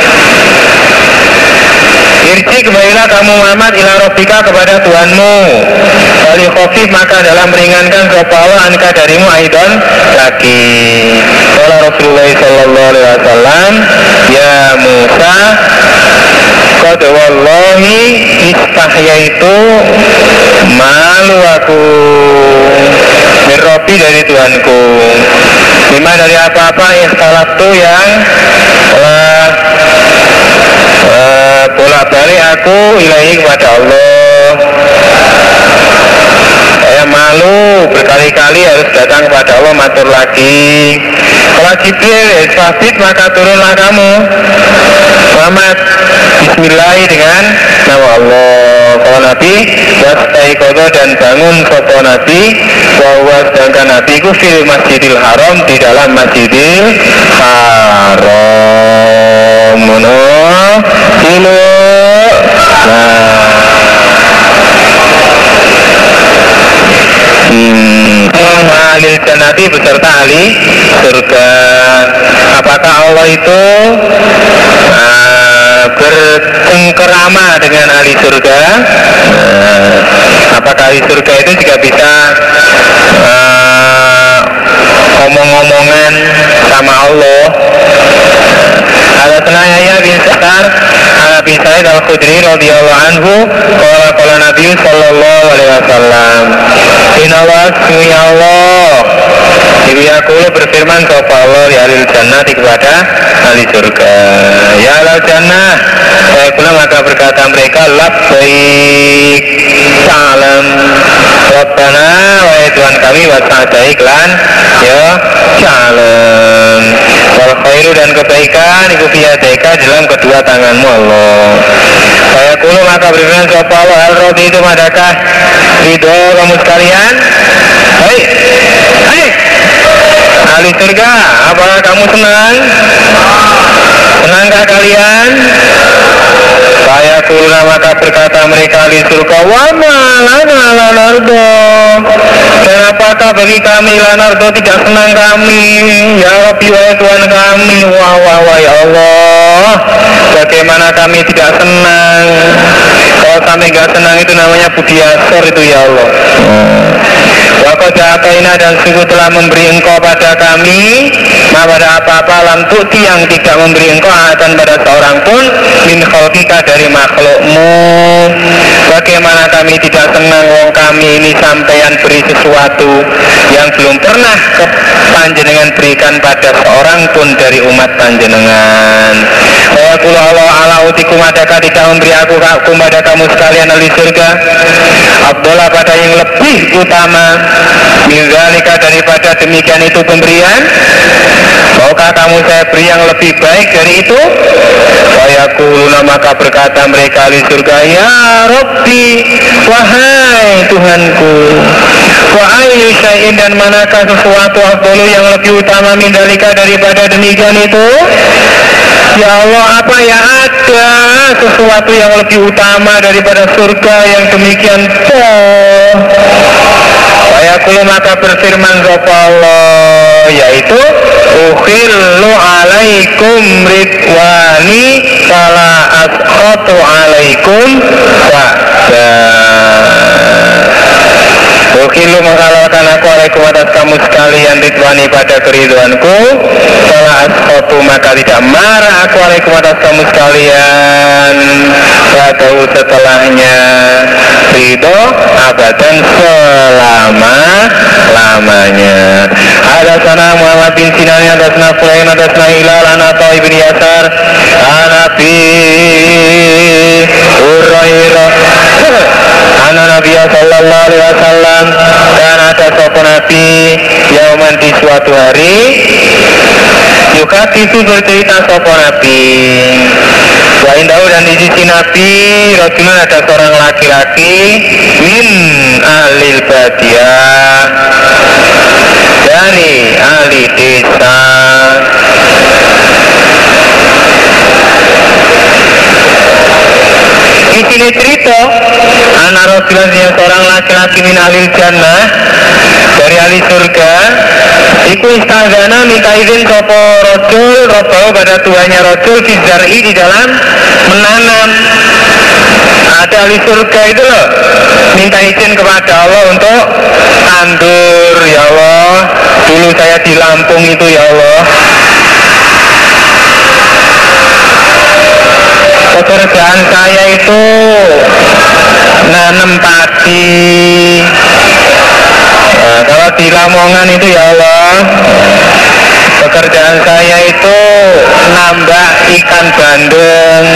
Irji, kembalilah kamu Muhammad ila rabbika, kepada Tuhanmu. Wali khofif, maka dalam meringankan sapa Allah anka darimu aidon lagi. Qala Rasulullah sallallahu alaihi wasallam, ya Musa, qad wallahi istahyaitu malu aku mirrobi, dari Tuhanku, lima dari apa-apa ikhtalaftu yang telah bolak-balik aku ilahi kepada Allah. Saya malu berkali-kali harus datang kepada Allah matur lagi. Kalau Jibril sabit, maka turunlah kamu Muhammad bismillah dengan nama Allah. Kalau Nabi wastaiqadha, dan bangun sopo Nabi, bahwa sedangkan Nabi ku fil Masjidil Haram, di dalam Masjidil Haram. Mono silo. Ahli jannati, beserta ahli surga. Apakah Allah itu bercengkerama dengan ahli surga? Apakah ahli surga itu juga bisa omong-omongan sama Allah? Ada Yahya bin Sa'ad Abi Sa'id Al-Khudri radhiyallahu anhu, qala Nabi sallallahu alaihi wasallam, innallaha ya Allah, ibu yaqulu, berfirman sapa Allah di ahli jannah, kepada ahli surga, ya ahli jannah, saya pula maka berkata mereka, labbaik salam Rabbana, wahai Tuhan kami, wasa'adaik lan ya salam, wal khairu, dan kebaikan iku biyadika, dalam kedua tanganmu Allah. Saya kulu maka berfirman sapa Allah, hal roti itu madakah ridho kamu sekalian? Hai ahli surga, apakah kamu senang? Senangkah kalian? Saya kulu maka berkata mereka ahli surga, wa malana lanardo, dan apakah bagi kami lanardo, tidak senang kami ya Rabbi, wahai Tuhan kami. Wah ya Allah, bagaimana kami tidak senang? Kalau kami gak senang itu namanya budi asor itu ya Allah. Waqada'ataina, dan sungguh telah memberi engkau pada kami, pada apa-apa lam tu'ti, yang tidak memberi engkau akan pada seorang pun min khalqika, dari makhlukmu. Bagaimana kami tidak senang wong kami ini sampeyan beri sesuatu yang belum pernah panjenengan berikan pada seorang pun dari umat panjenengan. Wa qul Allah ala utikum, adakah tidak memberi aku kepada kamu sekalian ahli surga abdullah, pada yang lebih utama minzalika, daripada demikian itu pemberian? Maukah kamu saya beri yang lebih baik dari itu? Wa yaquluna, maka berkata mereka ahli surga, ya Rabbi, wahai Tuhanku, wa ayyu syai'in, dan manakah sesuatu afdalu yang lebih utama mindalika, daripada demikian itu? Ya Allah, apa ya ada sesuatu yang lebih utama daripada surga yang demikian Wayakulu, maka berfirman sapa Allah, yaitu ukhillu alaikum ridwani fala askhatu alaikum ba'da. Ukhillu, menghalalkan aku alaikum atas kamu sekalian ridwani, pada keriduanku, fala askhatu, maka tidak marah aku alaikum atas kamu sekalian, ba'dahu, setelahnya, ridho abadan, selama-lamanya. Hadatsana Muhammad bin Sinan, hadatsana Fulain, hadatsana Hilal, an Atha ibn Yasar, an Abi Hurairah, anna Nabiya sallallahu alaihi wasallam, dan ada sapa Nabi yauman, di suatu hari, Yukatisu bercerita sopo Nabi. Wa indahu dan di sisi Nabi Rasulullah ada seorang laki-laki min ahlil badiyah, dari ahli desa. Di sini cerita anak Rasulullah yang seorang laki-laki min ahlil jannah, dari ahli surga. Iku istazana minta izin sopo rojul robbau pada tuannya rojul fizar'i di dalam menanam. Ada ahli surga itu loh minta izin kepada Allah untuk tandur. Ya Allah, dulu saya di Lampung itu ya Allah, pekerjaan saya itu nanam padi. Nah, kalau di Lamongan itu ya Allah, pekerjaan saya itu nambah ikan bandeng.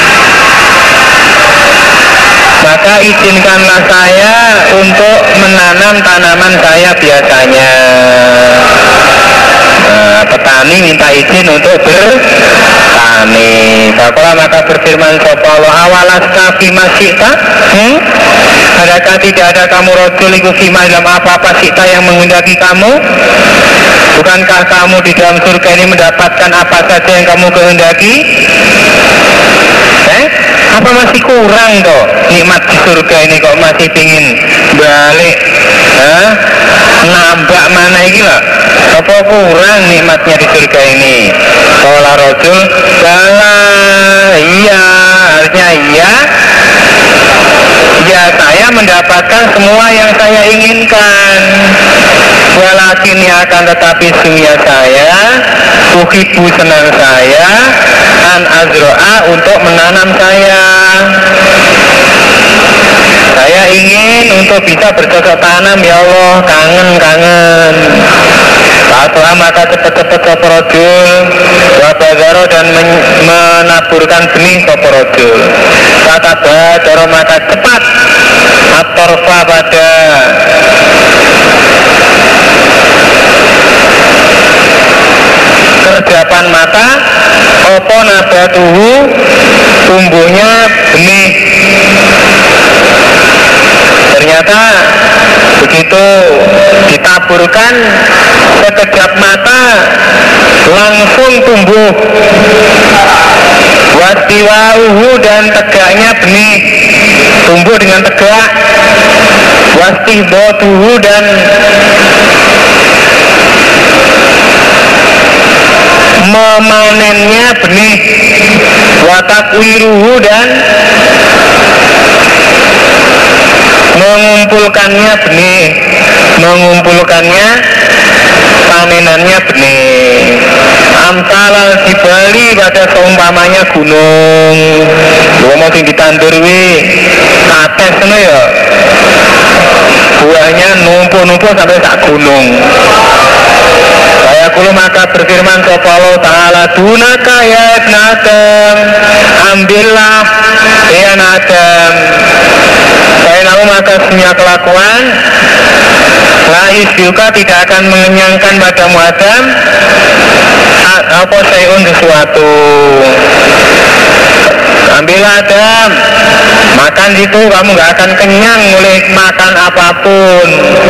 Maka izinkanlah saya untuk menanam tanaman saya biasanya. Nah, petani minta izin untuk bertani. Faqala maka berfirman sapa Allah, awalas kafi masyita? Adakah tidak ada kamu rojul iku fima dalam apa-apa sita yang menghendaki kamu? Bukankah kamu di dalam surga ini mendapatkan apa saja yang kamu kehendaki? Apa masih kurang toh nikmat di surga ini, kok masih pingin balik? Nambah mana ini lah? Apa kurang nikmatnya di surga ini? Qala rajul, bala, iya, artinya iya. Ya, saya mendapatkan semua yang saya inginkan. Walakin akan tetapi sungguh saya uhibbu senang saya an azro'a untuk menanam saya. Saya ingin untuk bisa bercocok tanam ya Allah, kangen. Fa'atwa maka cepat-cepat soporojul wabadaro dan menaburkan benih soporojul. Fatabadaro maka cepat atorfa pada kerjapan mata opo nabatuhu tumbuhnya benih. Ternyata begitu ditaburkan sekejap mata langsung tumbuh. Wastiwauhu dan tegaknya benih, tumbuh dengan tegak. Wastihbotuhu dan memanennya benih. Watakwiruhu dan mengumpulkannya benih, mengumpulkannya panenannya benih. Amsalal dibali pada seumpamanya gunung. Lu mau sing ditandur wi kates ngono ya. Buahnya numpuk-numpuk sampai sak gunung. Saya kulo maka berfirman kepada Allah Ta'ala, dunaka ya ibn Adam, ambillah ya Adam. Saya nahu maka semua kelakuan la yusbika tidak akan mengenyangkan padamu Adam apa sayun sesuatu. Ambillah Adam, makan situ kamu gak akan kenyang oleh makan apapun.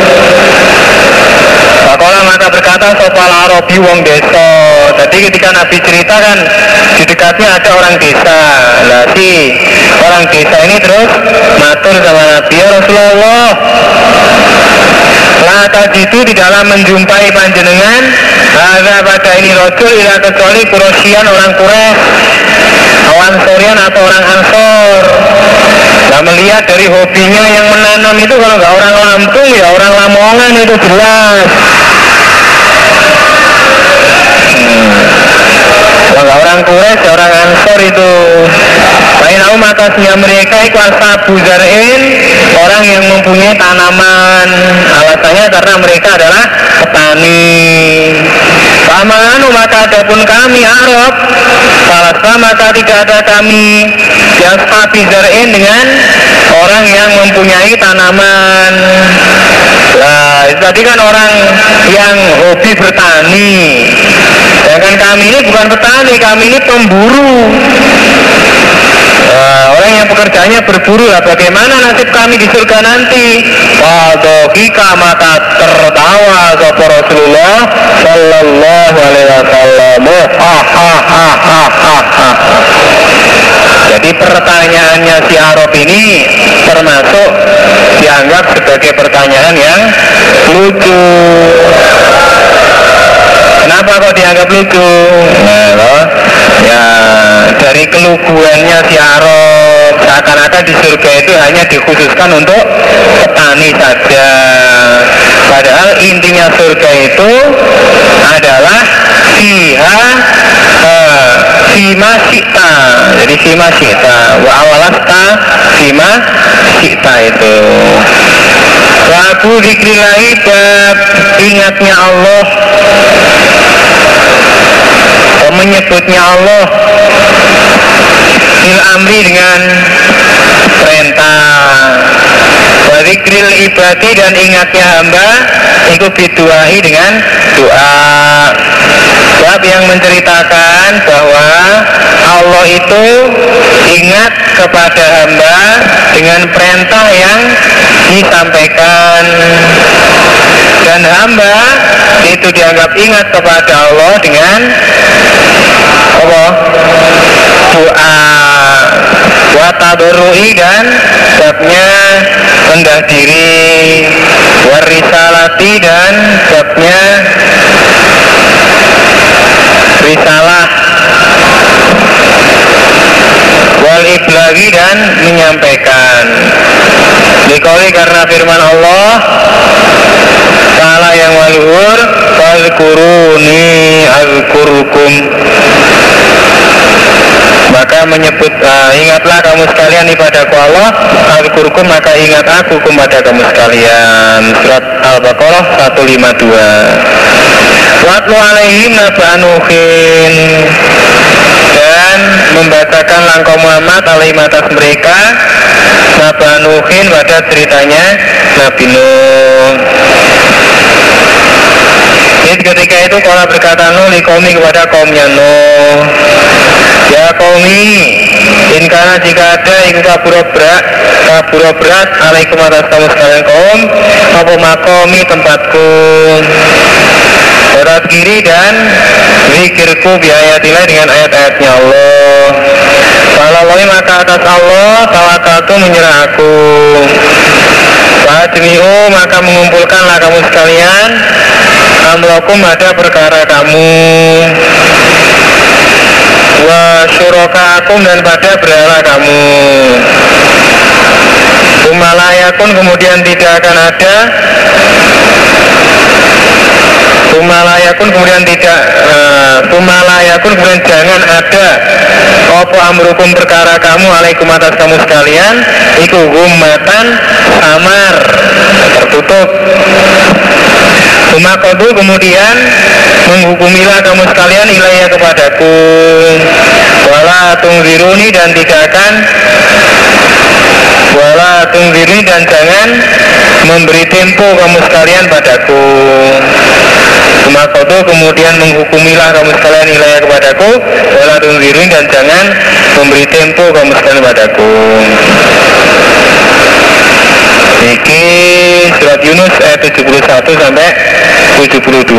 Pakola maka berkata sopal Arabi wong desa. Jadi ketika Nabi cerita kan di dekatnya ada orang desa. Lah si orang desa ini terus matur sama Nabi, ya Rasulullah, la tajidu di dalam menjumpai panjenengan ada pada ini rojul ila kecuali Quraisyyan orang Quraisy, Ansorian atau orang Ansor. Nah, melihat dari hobinya yang menanam itu, kalau nggak orang Lampung ya orang Lamongan itu jelas. Kalau nggak orang Quraisy ya orang Ansor itu. Bainau makasnya mereka ikhlas Abu Zar'in, orang yang mempunyai tanaman. Alasannya karena mereka adalah petani. Pamanu maka adapun kami Arab, salah maka tidak ada kami yang Abu Zar'in dengan orang yang mempunyai tanaman. Nah, tadi kan orang yang hobi bertani. Sedangkan kami ini bukan petani, kami ini pemburu. Orang yang pekerjaannya berburu lah, bagaimana nasib kami di surga nanti? Wadokika, maka tertawa sapa Rasulullah Sallallahu Alaihi Wasallam. Jadi pertanyaannya si Arab ini termasuk dianggap sebagai pertanyaan yang lucu. Kenapa kok dianggap lucu? Nah, ya dari keluguannya si Arab, seakan-akan di surga itu hanya dikhususkan untuk petani saja. Padahal intinya surga itu adalah Fima Sita. Jadi Fima Sita wa awalasta Fima Sita itu. Wabu zikrillahi, bab ingatnya Allah, menyebutnya Allah fil amri dengan perintah, wa zikril ibadi, dan ingatnya hamba itu biduai dengan doa. Bab yang menceritakan bahwa Allah itu ingat kepada hamba dengan perintah yang disampaikan, dan hamba itu dianggap ingat kepada Allah dengan apa? Doa. Wa tadarrui, dan babnya rendah diri. Warisalati, dan babnya risalah. Wal iblagi, dan menyampaikan. Dikauli karena firman Allah Ta'ala yang waluhur, fazkuruni azkurkum, maka menyebut ingatlah kamu sekalian ibadaku Allah, azkurkum, maka ingat aku kepada kamu sekalian. Surat Al-Baqarah 152. Watlu alaihim naba Nuhin, dan membacakan langkau Muhammad alaihim atas mereka naba Nuhin, pada ceritanya Nabi Nuh. Jadi ketika itu kalau berkata Nuh likomi, kepada kaumnya Nuh, ya kaumi, inkana jika ada kabura berat alaikum atas kamu sekalian kaum, apa makomi, tempatku, berat kiri, dan zikirku biayatilah, dengan ayat-ayatnya Allah. Kalau maka atas Allah tawakaltu, menyerah aku. Fajmi'u, maka mengumpulkanlah kamu sekalian amlakum, ada perkara kamu, wa syurakaakum, dan pada berhala kamu. Umalayakun, kemudian tidak akan ada. Umalayakun, kemudian tidak. Umalayakun, kemudian jangan ada. Opo amrukum, perkara kamu, alaikum atas kamu sekalian, iku gummatan, samar, tertutup. Umakodu, kemudian menghukumilah kamu sekalian ilaiya, kepadaku. Wala tungziruni, dan tidak akan. Wala tungziruni, dan jangan memberi tempo kamu sekalian padaku. Umakodu, kemudian menghukumilah kamu sekalian ilaiya, kepadaku. Wala tungziruni, dan jangan memberi tempo kamu sekalian padaku. Iki surat Yunus ayat 71 sampai 72.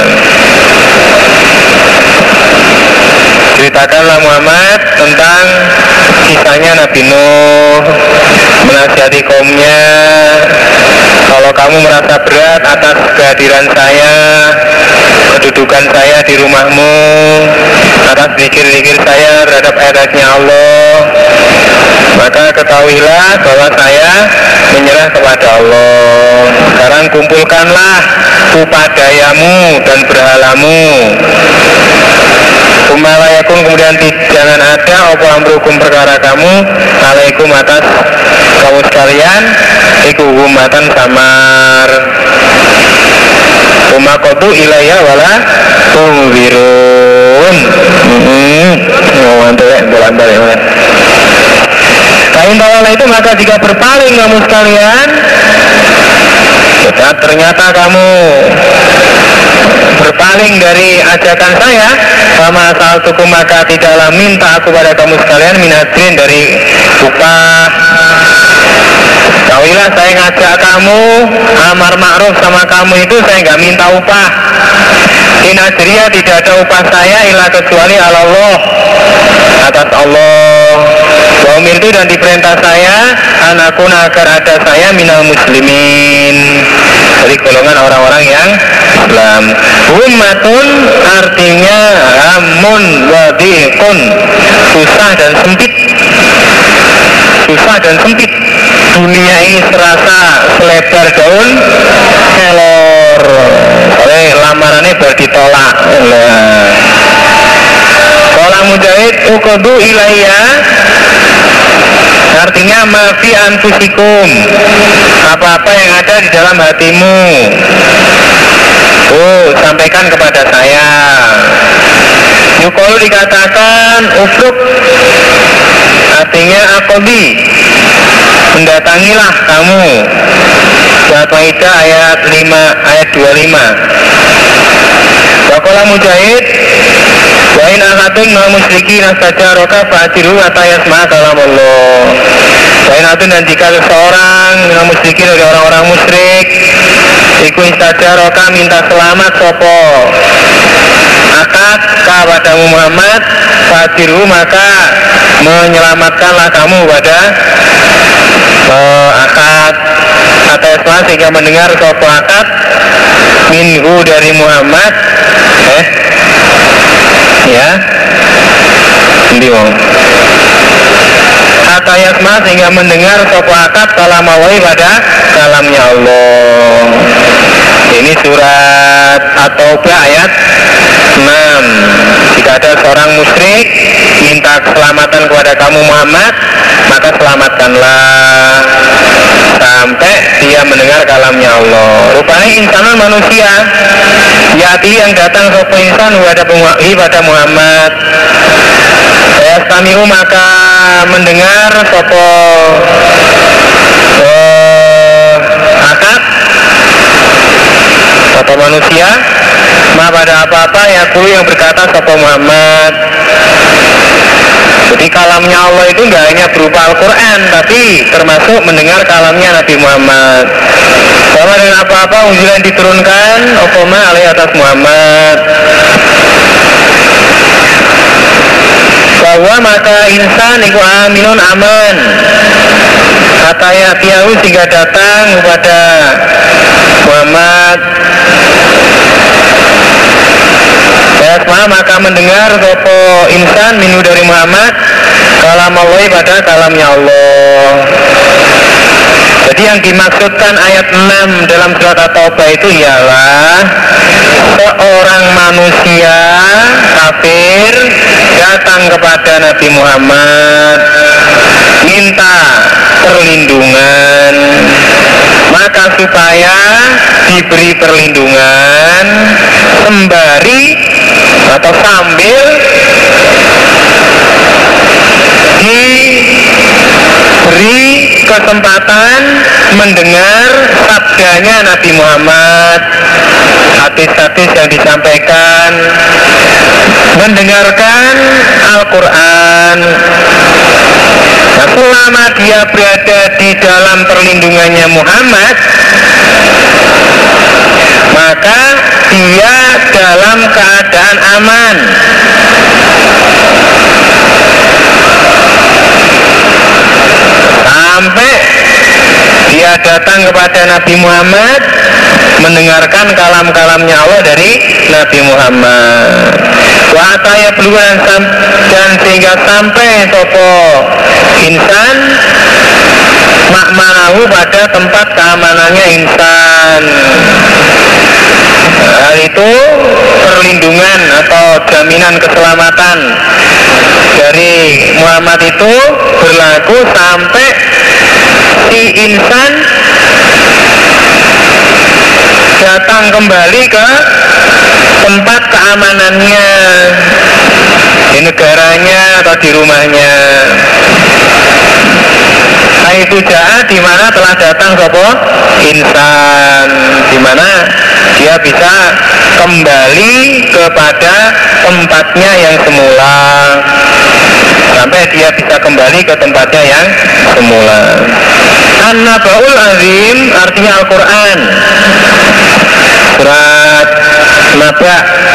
Ceritakanlah Muhammad tentang kisahnya Nabi Nuh, menasihati kaumnya, kalau kamu merasa berat atas kehadiran saya, kedudukan saya di rumahmu, atas zikir-zikir saya terhadap ayat-ayatnya Allah, maka ketahuilah bahwa saya menyerah kepada Allah. Sekarang kumpulkanlah upadayamu dan berhalamu. Umalayakun, kemudian jangan ada apa amrukum, perkara kamu, alaikum atas kamu sekalian, iku humatan, samar. Umakodu ilayya wala tungzirun. Kain bawala itu, maka jika berpaling kamu sekalian, ternyata kamu berpaling dari ajakan saya, sama asal tuku maka tidaklah minta aku pada kamu sekalian minadrin dari upah. Tahuilah saya ngajak kamu amar ma'ruf sama kamu itu saya nggak minta upah. In ajriya, tidak ada upah saya illa kecuali Allah, atas Allah. Wa umirtu, dan diperintah saya anakuna, agar ada saya minal muslimin, dari golongan orang-orang yang Islam. Ummatun artinya hamun wadiqun, susah dan sempit. Susah dan sempit. Dunia ini serasa selebar daun kelor. Oleh lamarannya ditolak. Qala Mujahid, uqdu ilayya, artinya mafi anfusikum, apa-apa yang ada di dalam hatimu, sampaikan kepada saya. Yuqalu, dikatakan ufruk, artinya aqdi, mendatangilah kamu. Surat Maidah ayat 25. Waqala Mujahid, wa in ahadun minal musyrikin astajaraka fa'jiru hatta yasma'a kalamullah. Wa in ahadun, dan jika seseorang minal musyrikin, dari orang-orang musyrik, iku istajaraka, minta selamat sopo akad kepada Muhammad, fa'jiru, maka menyelamatkanlah kamu pada akad atau Islam, sehingga mendengar sopo akad minhu, dari Muhammad, ya, hatta yasma, sehingga mendengar sopo akad kalamawai, pada kalamnya Allah. Ini surat At-Taubah ayat 6. Jika ada seorang musyrik minta keselamatan kepada kamu Muhammad, maka selamatkanlah sampai dia mendengar kalamnya Allah. Rupanya insanul manusia, yati, yang datang sopo insan pada Muhammad, yastami'u, maka mendengar sopo akad sopo manusia, pada apa-apa yang berkata sopo Muhammad. Jadi kalamnya Allah itu nggak hanya berupa Al-Quran, tapi termasuk mendengar kalamnya Nabi Muhammad. Sama dengan apa-apa unjulan diturunkan Okoma alaih atas Muhammad. Bahwa maka insan iku aminun, aman, katanya tiahu, sehingga datang kepada Muhammad. Maka mendengar sopo insan minu, dari Muhammad, kalam Allah, pada kalamnya Allah. Jadi yang dimaksudkan ayat 6 dalam surat At-Taubah itu ialah seorang manusia kafir datang kepada Nabi Muhammad minta perlindungan, maka supaya diberi perlindungan sembari atau sambil diberi kesempatan mendengar sabdanya Nabi Muhammad, hadis-hadis yang disampaikan, mendengarkan Al-Quran. Nah, selama dia berada di dalam perlindungannya Muhammad, maka dia dalam keadaan aman. Sampai dia datang kepada Nabi Muhammad, mendengarkan kalam-kalamnya Allah dari Nabi Muhammad. Wa ataya beluan, dan sehingga sampai sopo insan makmanahu, pada tempat keamanannya insan. Hal itu perlindungan atau jaminan keselamatan dari Muhammad itu berlaku sampai si insan datang kembali ke tempat keamanannya di negaranya atau di rumahnya. Itu jahat, di mana telah datang sopo insan, di mana dia bisa kembali kepada tempatnya yang semula, sampai dia bisa kembali ke tempatnya yang semula. An-Naba'ul Azim artinya Al-Quran, surat Naba.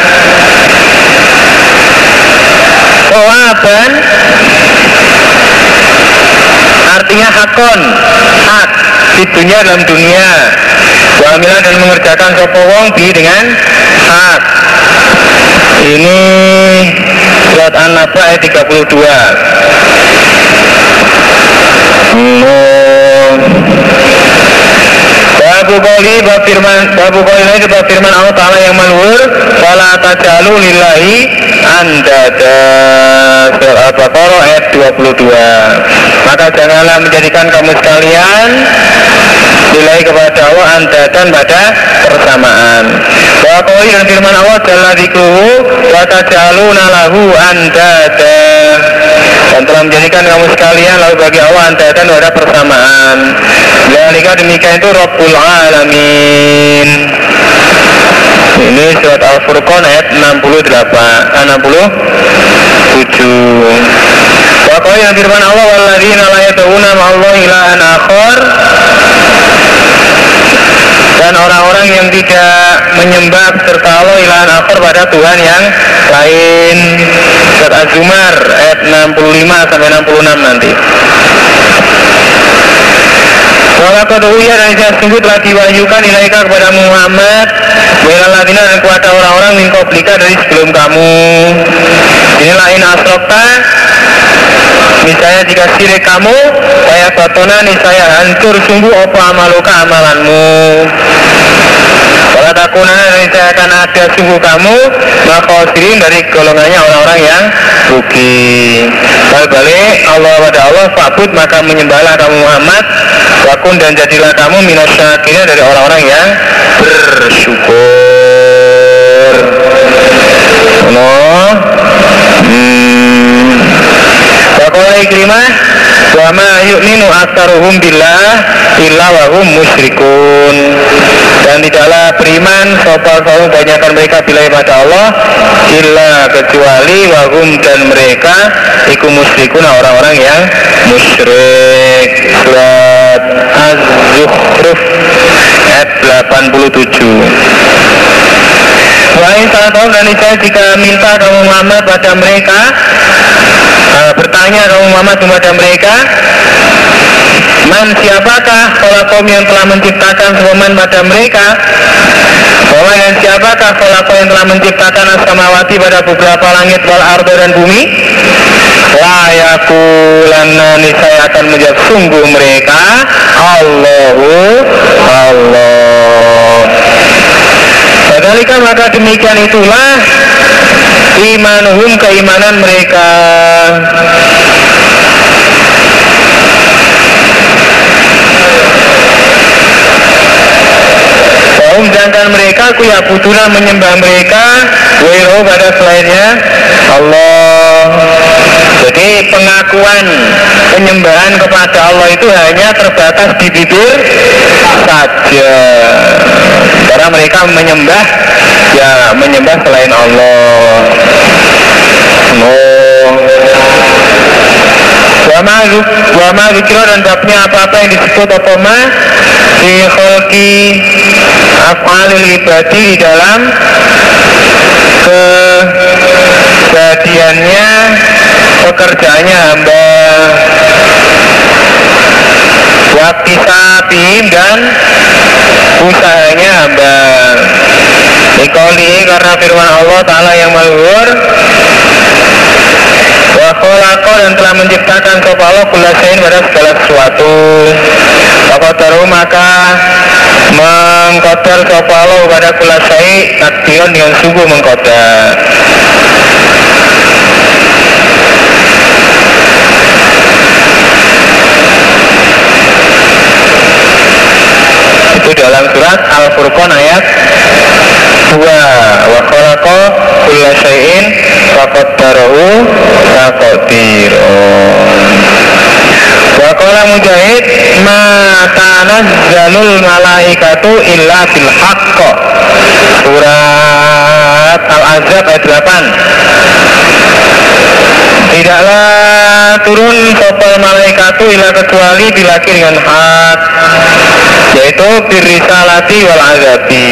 Sawaban artinya hakon, hak di dunia dalam dunia. Wa amilan dan mengerjakan sapa wong bi dengan hak. Ini surat An-Naba ayat 32. Babu qoli bab firman Allah Ta'ala yang maluhur, fala tajalu lillahi andada, surat Al-Baqarah ayat 22. Maka janganlah menjadikan kamu sekalian lillahi kepada Allah andadan pada persamaan. Wa qoli dan firman Allah jalla dzikruhu wa tajaluna lahu andada, dan telah menjadikan kamu sekalian lalu bagi Allah andadan pada persamaan. Dzalika demikian itu Rabbul Alamin. Ini surat Al-Furqan ayat 67. Wa qala yang firman Allah walladzina la yad'una ma'allahi ilahan akhar, dan orang-orang yang tidak menyembah serta Allah ilahan akhar pada Tuhan yang lain. Surat Az-Zumar ayat 65 sampai 66 nanti. Walaqad uhiya, dan sungguh telah diwahyukan ilaika kepada Muhammad walal ladzina, dan kepada orang-orang min qablika dari sebelum kamu. Inilah in asrokta, misalnya jika syirik kamu, kayak batona niscaya hancur sungguh apa amaluka amalanmu. Wala takunana, dan niscaya akan ada sungguh kamu makhosirin dari golongannya orang-orang yang rugi. Balik Allah pada Allah, fa'bud maka menyembahlah kamu Muhammad, wakun dan jadilah kamu minasyakirin dari orang-orang yang bersyukur. Waqala Ikrimah wa ma yu'minu aktsaruhum billah illa wa hum musyrikun, dan tidaklah beriman sapa kebanyakan mereka billahi pada Allah illa kecuali wa hum, dan mereka iku musyrikun orang-orang yang musyrik. Surat Az-Zukhruf ayat 87. Wahai salah tahu, dan niscaya jika minta kamu Muhammad pada mereka, bertanya kamu Muhammad kepada mereka, man siapakah kaum yang telah menciptakan semuanya pada mereka, bahwa dan siapakah kaum yang telah menciptakan as-samawati pada beberapa langit wal ardo dan bumi, la yaqulanna, niscaya akan menjawab sungguh mereka Allahu Allah. Padahal maka demikian itulah imanuhum, keimanan mereka. Kaum sedangkan mereka kuyabuduna menyembah mereka wairu pada selainnya Allah. Jadi pengakuan penyembahan kepada Allah itu hanya terbatas di bibir saja, karena mereka menyembah selain Allah. Wama zikra, dan babnya apa-apa yang disebut apa-apa di khalqi af'alil ibadi, di dalam kejadiannya pekerjaannya hamba, waktisabihim, dan usahanya hamba. Dikali karena firman Allah Ta'ala yang maluhur, wa khalaqa, dan telah menciptakan sapa Allah kulla syai'in pada segala sesuatu. Faqadaru, maka mengqadar sapa Allah pada kulla syai' takdiran, dengan sungguh mengqadar. Itu dalam surat Al-Furqan ayat 2. Wa khalaqa kulla syai'in faqaddarahu taqdiran. Wa qala Mujahid ma tanazzalul malaikatu illa bil haqq. Surat Al-Ahzab ayat 8. Tidaklah turun sopal malaikatu ila kecuali dilaki dengan hak, yaitu birisalati wal azabi.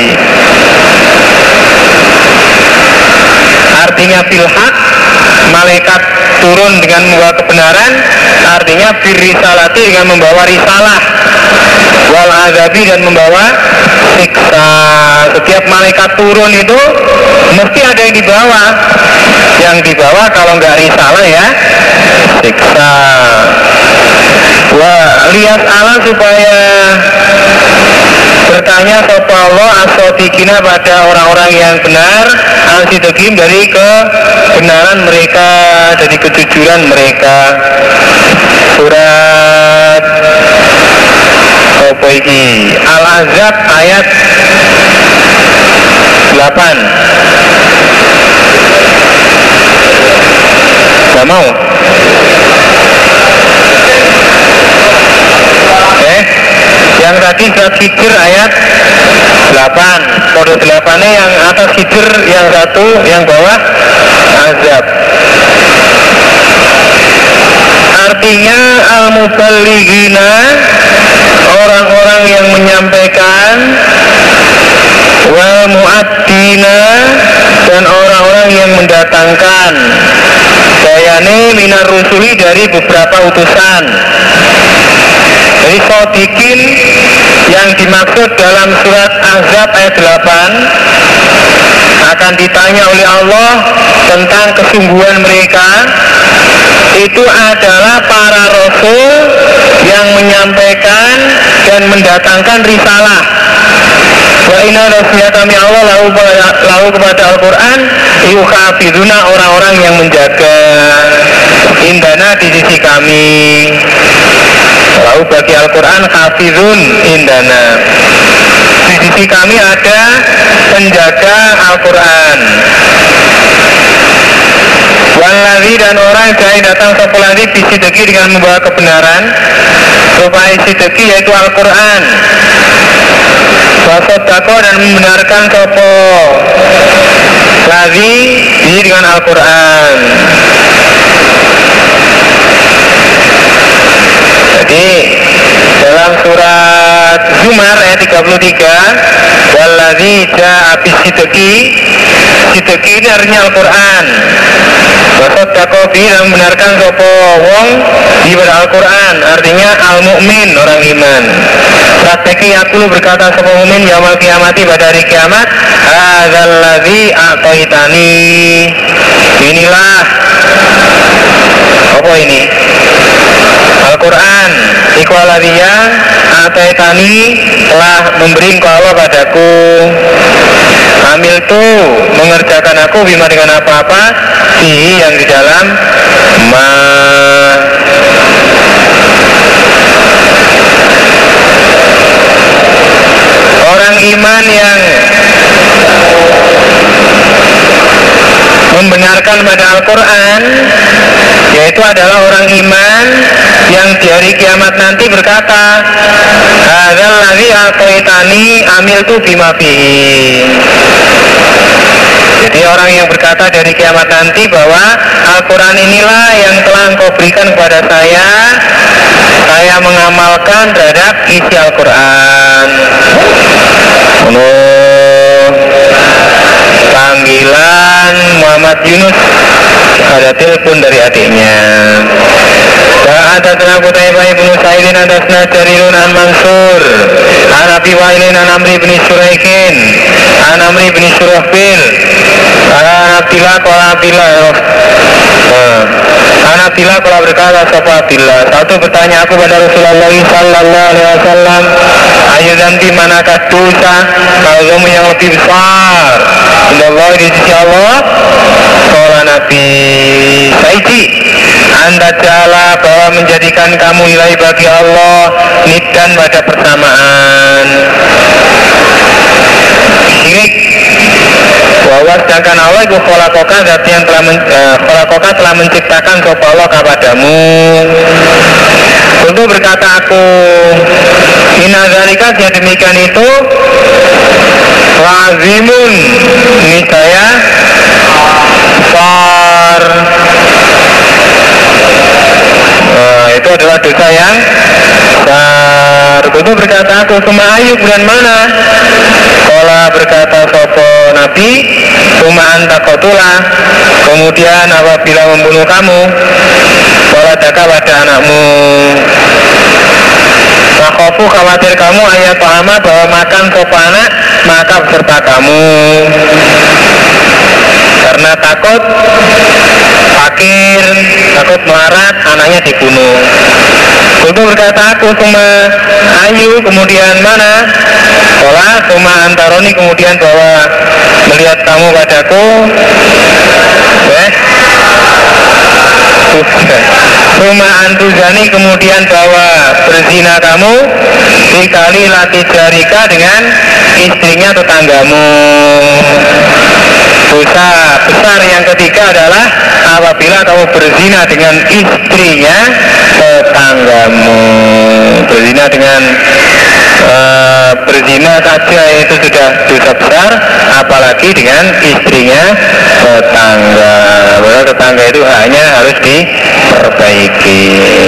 Artinya bilhaq, malaikat turun dengan membawa kebenaran. Artinya birisalati dengan membawa risalah, wal azabi dan membawa siksa. Setiap malaikat turun itu mesti ada yang dibawa. Yang dibawa kalau nggak risalah ya siksa. Wah, lihat Allah supaya bertanya kepada Allah as-sadiqina pada orang-orang yang benar, al-sidqin dari kebenaran mereka, dari kejujuran mereka. Surat apa ini? Al-Ahzab ayat 8. Gak mau? Yang tadi surat Hijr ayat 8. Kode 8-nya yang atas Hijr, yang satu yang bawah Ahzab. Artinya al-muballighina, orang-orang yang menyampaikan, wal mu'addina, dan orang-orang yang mendatangkan, bayane minar rusuli, dari beberapa utusan. Jadi shodikin yang dimaksud dalam surat Ahzab ayat 8 akan ditanya oleh Allah tentang kesungguhan mereka. Itu adalah para rasul yang menyampaikan dan mendatangkan risalah. Wa inna rasulnya kami Allah lahu kepada Al-Quran yukhafiduna, orang-orang yang menjaga, indana di sisi kami. Lalu bagi Al-Quran hafizun indana, di sisi kami ada penjaga Al-Quran. Walladzi, dan orang yang datang sepuladi bisideki, dengan membawa kebenaran, supaya sideki yaitu Al-Quran. Wasodako, dan membenarkan sopo ladzi ini dengan Al-Quran. Jadi dalam surat Zumar ayat 33, walladzi ja'a bisidqi, sidqi ini artinya Al-Quran. Wasodako bi, dan membenarkan sopo wong di Al-Quran, artinya al-mu'min, orang iman. Prakteknya aku berkata sopo mu'min yaumul kiamati, pada hari kiamat, hadzalladzi a'taitani, inilah apa ini? Al-Quran ikhwaladiyah ataitani, telah memberi engkau Allah padaku. Amil tu, mengerjakan aku, bima dengan apa-apa, si yang di dalam ma. Orang iman yang membenarkan pada Al-Quran, yaitu adalah orang iman yang di hari kiamat nanti berkata, hadzal ladzi a'taitani amiltu bima fihi. Jadi orang yang berkata dari kiamat nanti bahwa Al-Quran inilah yang telah engkau berikan kepada saya mengamalkan terhadap isi Al-Quran. Panggilan Muhammad Yunus, ada telepon dari adiknya. Atasna Qutaibah ibn Sa'idin, atasna Jarirun an Mansur, an Abi Wa'ilin an Amri ibn Suraikin, an Amri ibn Surahbil, an Abdillah qala Abdillah, an Abdillah qala berkata sapa Abdillah, satu bertanya aku pada Rasulullah sallallahu alaihi wasallam, ayudan di manakah dosa kamu yang lebih besar Allah di sisi Allah? Qala Nabi Saidi, anda jala, bahwa menjadikan kamu ilahi bagi Allah niddan, pada persamaan, syirik. Bahwa sedangkan Allah itu kholakoka, zat yang telah menciptakan sopa Allah kepadamu. Untuk berkata aku, inazalika, yang demikian itu lazimun, niscaya suma ayu kemudian mana? Kala berkata sopo Nabi, suma anta qatula, kemudian apabila membunuh kamu, waladaka pada anakmu. Takhofu khawatir kamu ayat pahama bahwa makan sopo anak maka beserta kamu, karena takut fakir, takut melarat, anaknya dibunuh. Kultu berkata aku suma ayu kemudian mana? Kola suma antaroni kemudian bahwa melihat kamu padaku. Suma antuzani kemudian bahwa berzina kamu dikali laki jarika dengan istrinya tetanggamu. Dosa besar yang ketiga adalah apabila kamu berzina dengan istrinya tetanggamu. Berzina dengan berzina saja itu sudah dosa besar, apalagi dengan istrinya tetangga. Padahal tetangga itu hanya harus diperbaiki.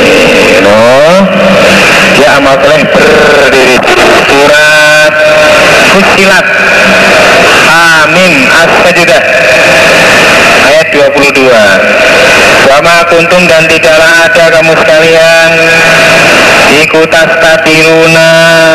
Ya amal soleh berdiri. Surat Fussilat Amin As-Sajdah ayat 22. Wama kuntum dan tidaklah ada kamu sekalian ikutas tatiluna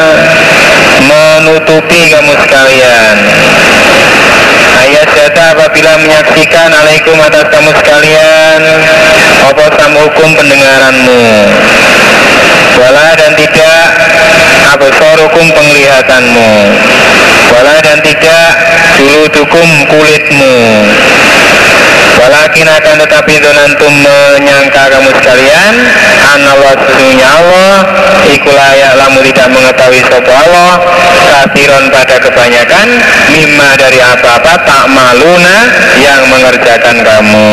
menutupi kamu sekalian ayat jata apabila menyaksikan alaikum atas kamu sekalian apa hukum pendengaranmu, wala dan tidak absarukum penglihatanmu, wala dan tidak juludukum kulitmu, walakin akan tetapi donantum menyangka kamu sekalian anallah sesungguhnya Allah ikulah ya'lamu tidak mengetahui sapa Allah katiron pada kebanyakan mimma dari apa-apa tak maluna yang mengerjakan kamu.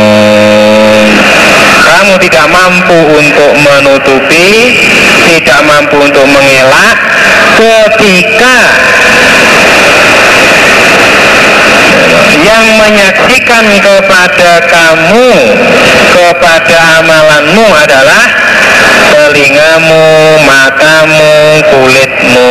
Kamu tidak mampu untuk menutupi, tidak mampu untuk mengelak ketika yang menyaksikan kepada kamu, kepada amalanmu adalah telingamu, matamu, kulitmu.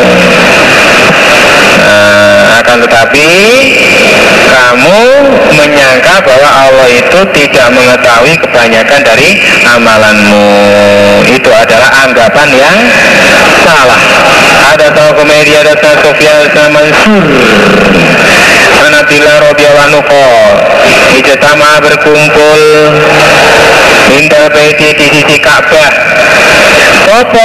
Akan tetapi kamu menyangka bahwa Allah itu tidak mengetahui kebanyakan dari amalanmu. Itu adalah anggapan yang salah. Ada tahu komedi, ada tahu Sofyan Mansur Anabila radhiyallahu anhu ijtama berkumpul minta baiti di sisi Ka'bah sopo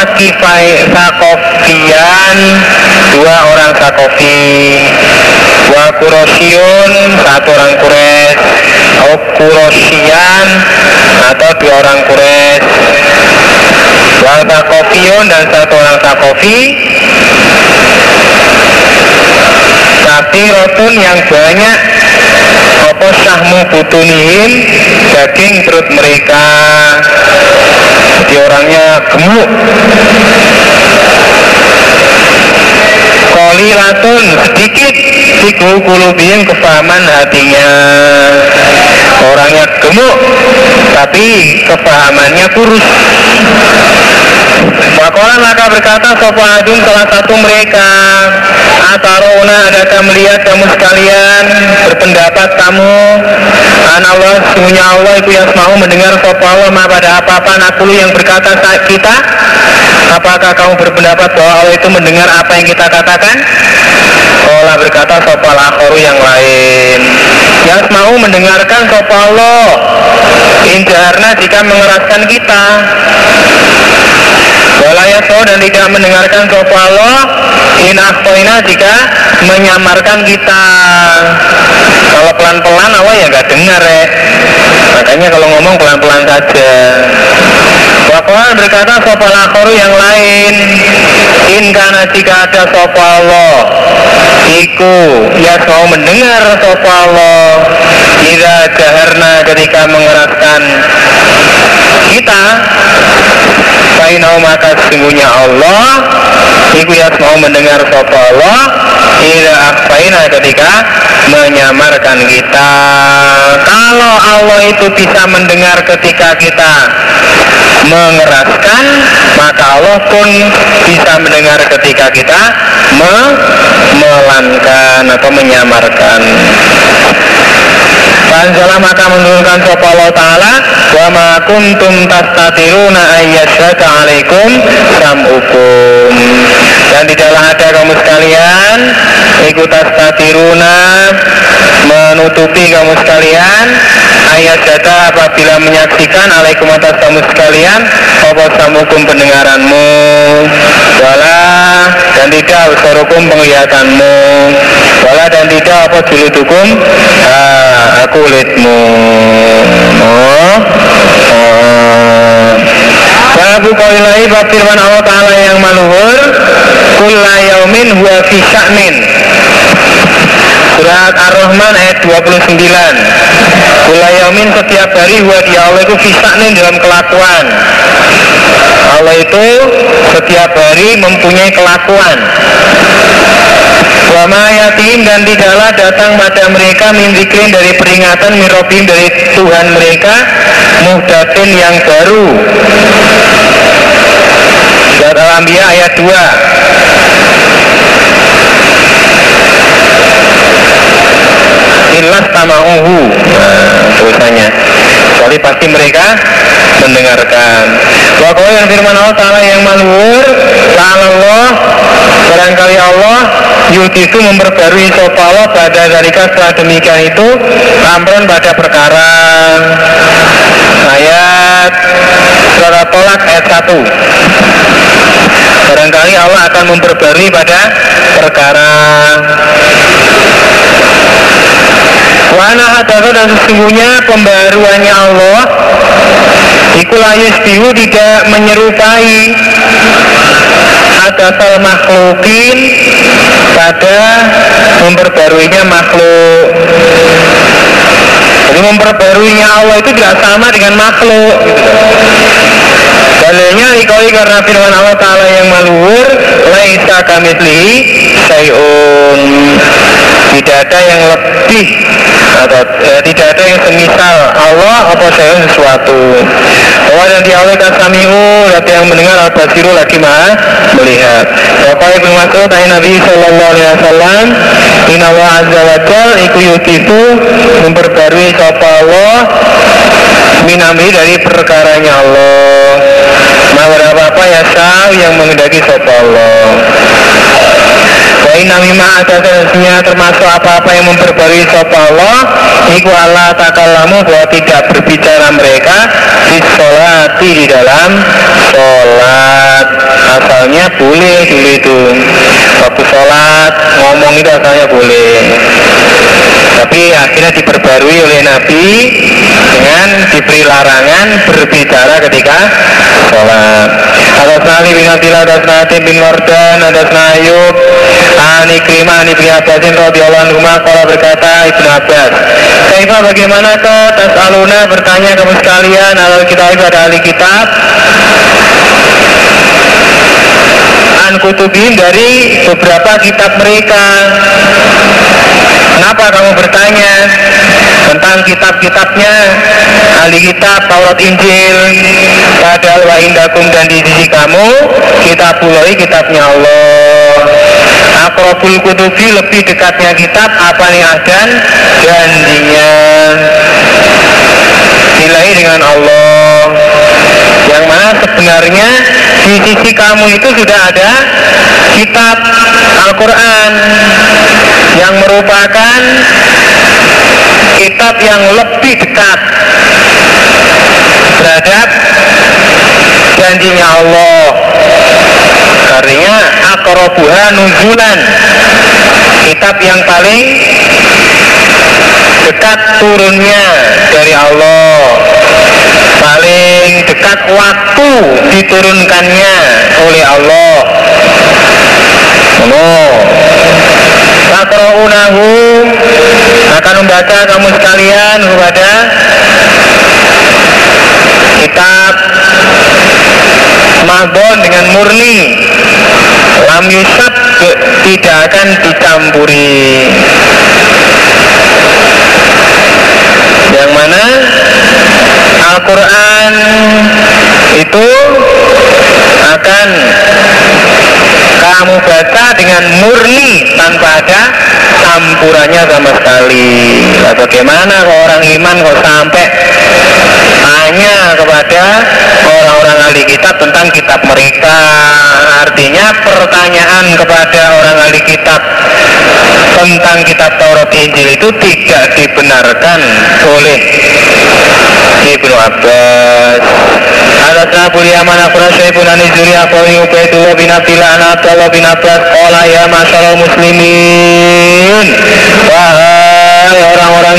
sakofian dua orang sakofi wa Quraisyun satu orang Quraisy atau Quraisyan atau dua orang Quraisy wa sakofiyun dan satu orang sakofi tapi rotun yang banyak apa syahmu butunihim daging perut mereka, jadi orangnya gemuk. Qalilatun sedikit fiqhu qulubihim kefahaman hatinya, orangnya gemuk tapi kefahamannya kurus. Wakola maka berkata sapa adun salah satu mereka, atarona adakah melihat kamu sekalian, berpendapat kamu, anallah sesungguhnya Allah itu yasma'u mendengar sapa Allah ma pada apa-apa nakulu yang berkata kita. Apakah kamu berpendapat bahwa Allah itu mendengar apa yang kita katakan? Allah berkata sapa al-akharu yang lain, yasma'u mendengarkan sapa Allah injaharna jika mengeraskan kita, walayasau dan tidak mendengarkan sapa Allah in akhtoina jika menyamarkan kita. Kalau pelan-pelan Allah ya gak dengar ya, makanya kalau ngomong pelan-pelan saja. Wakola berkata sapa al-akharu yang lain, in kana jika ada sapa Allah iku yasma'u mendengar sapa Allah idza jaharna ketika mengeraskan kita Fainau maka sesungguhnya Allah iku yasma'u mendengar sapa Allah ila akhfaina ketika menyamarkan kita. Kalau Allah itu bisa mendengar ketika kita mengeraskan, maka Allah pun bisa mendengar ketika kita memelankan atau menyamarkan. Panjala maka menurunkan sapa Allah Ta'ala wa ma kuntum tastatiruna ayyasyata alaikum sam'ukum, dan tidaklah ada kamu sekalian ikut tastatiruna menutupi kamu sekalian ayyasyata apabila menyaksikan alaikum atas kamu sekalian apa sam'ukum pendengaranmu wala dan tidak usurukum penglihatanmu wala dan tidak apa juludukum kulitmu. Babu qaulai bab firman Allah Ta'ala yang maluhur kulla yaumin huwa fi sya'nin. Surat Ar-Rahman ayat 29. Kulla yaumin setiap hari huwa di Allah itu fi sya'nin dalam kelakuan. Allah itu setiap hari mempunyai kelakuan. Wama yatim dan tidaklah datang pada mereka min zikrin dari peringatan mirobim dari Tuhan mereka muhdatsin yang baru. Surat Al-Anbiya ayat 2. Illas tama'uhu, tulisannya kecuali pasti mereka mendengarkan. Pokoknya yang firman Allah Ta'ala yang maluhur Allah barangkali Allah yudisu memperbarui sopa Allah pada dalika setelah demikian itu amran pada perkara. Ayat surat Tolak ayat 1. Barangkali Allah akan memperbarui pada perkara. Wana hadasa dan sesungguhnya pembaruannya Allah iku layus bihu tidak menyerupai hadasal makhlukin pada memperbaruinya makhluk. Jadi memperbaruinya Allah itu tidak sama dengan makhluk gitu. Dalilnya dikali karena firman Allah Ta'ala yang maluhur laisa kamitslihi syai'un, tidak ada yang lebih atau tidak ada yang semisal Allah apa saya sesuatu. Allah dan Allah kasami'u lagi yang mendengar al-basiru lagi maha melihat. Bapak Ibnu Mas'ud dari Nabi Sallallahu Alaihi Wasallam Inna Allah Azza wa Jal iku yudisu memperbarui sapa Allah minamri dari perkaranya Allah apa ya sah yang mengendaki sapa Allah. Wa inna mimma adasanya termasuk apa-apa yang memperbarui sapa Allah iku Allah takallamu bahwa tidak berbicara mereka di sholati di dalam sholat. Asalnya boleh dulu itu waktu sholat ngomong itu asalnya boleh, tapi akhirnya diperbarui oleh Nabi dengan diberi larangan berbicara ketika sholat. Atas nali bin Abdillah, atas nali bin Mordan, atas Nayub Ani Krima, Ani bin Abbasin radhiyallahu anhu qala berkata Ibnu Abbas, kaifa bagaimana kau tas'aluna bertanya kamu sekalian alal kitab pada ahli kitab an kutubin dari beberapa kitab mereka. Kenapa kamu bertanya tentang kitab-kitabnya ahli kitab Taurat Injil, padahal wa indakum dan di sisi kamu kitabullah kitabnya Allah. Aqrabul kutubi lebih dekatnya kitab apa nih dan janjinya nilai dengan Allah, yang mana sebenarnya di sisi kamu itu sudah ada kitab Al-Quran yang merupakan kitab yang lebih dekat terhadap janjinya Allah. Artinya aqrabuha nuzulan, kitab yang paling dekat turunnya dari Allah, paling dekat waktu diturunkannya oleh Allah. Taqra'unahu akan membaca kamu sekalian kepada kitab ma dicampuri. Yang mana Al-Quran itu akan kamu baca dengan murni tanpa ada campurannya sama sekali. Nah, bagaimana kalau orang iman kok sampai tanya kepada orang-orang ahli kitab tentang kitab mereka? Artinya pertanyaan kepada orang ahli kitab tentang kitab Taurat Injil itu tidak dibenarkan oleh Ibnu Abbas. Hadatsana Abu Yaman akhbarana Syaibun an Zuri akhbarani Ubaidullah bin Abdillah an Abdullah bin Abbas qala ya masyarul muslimin, wahai orang-orang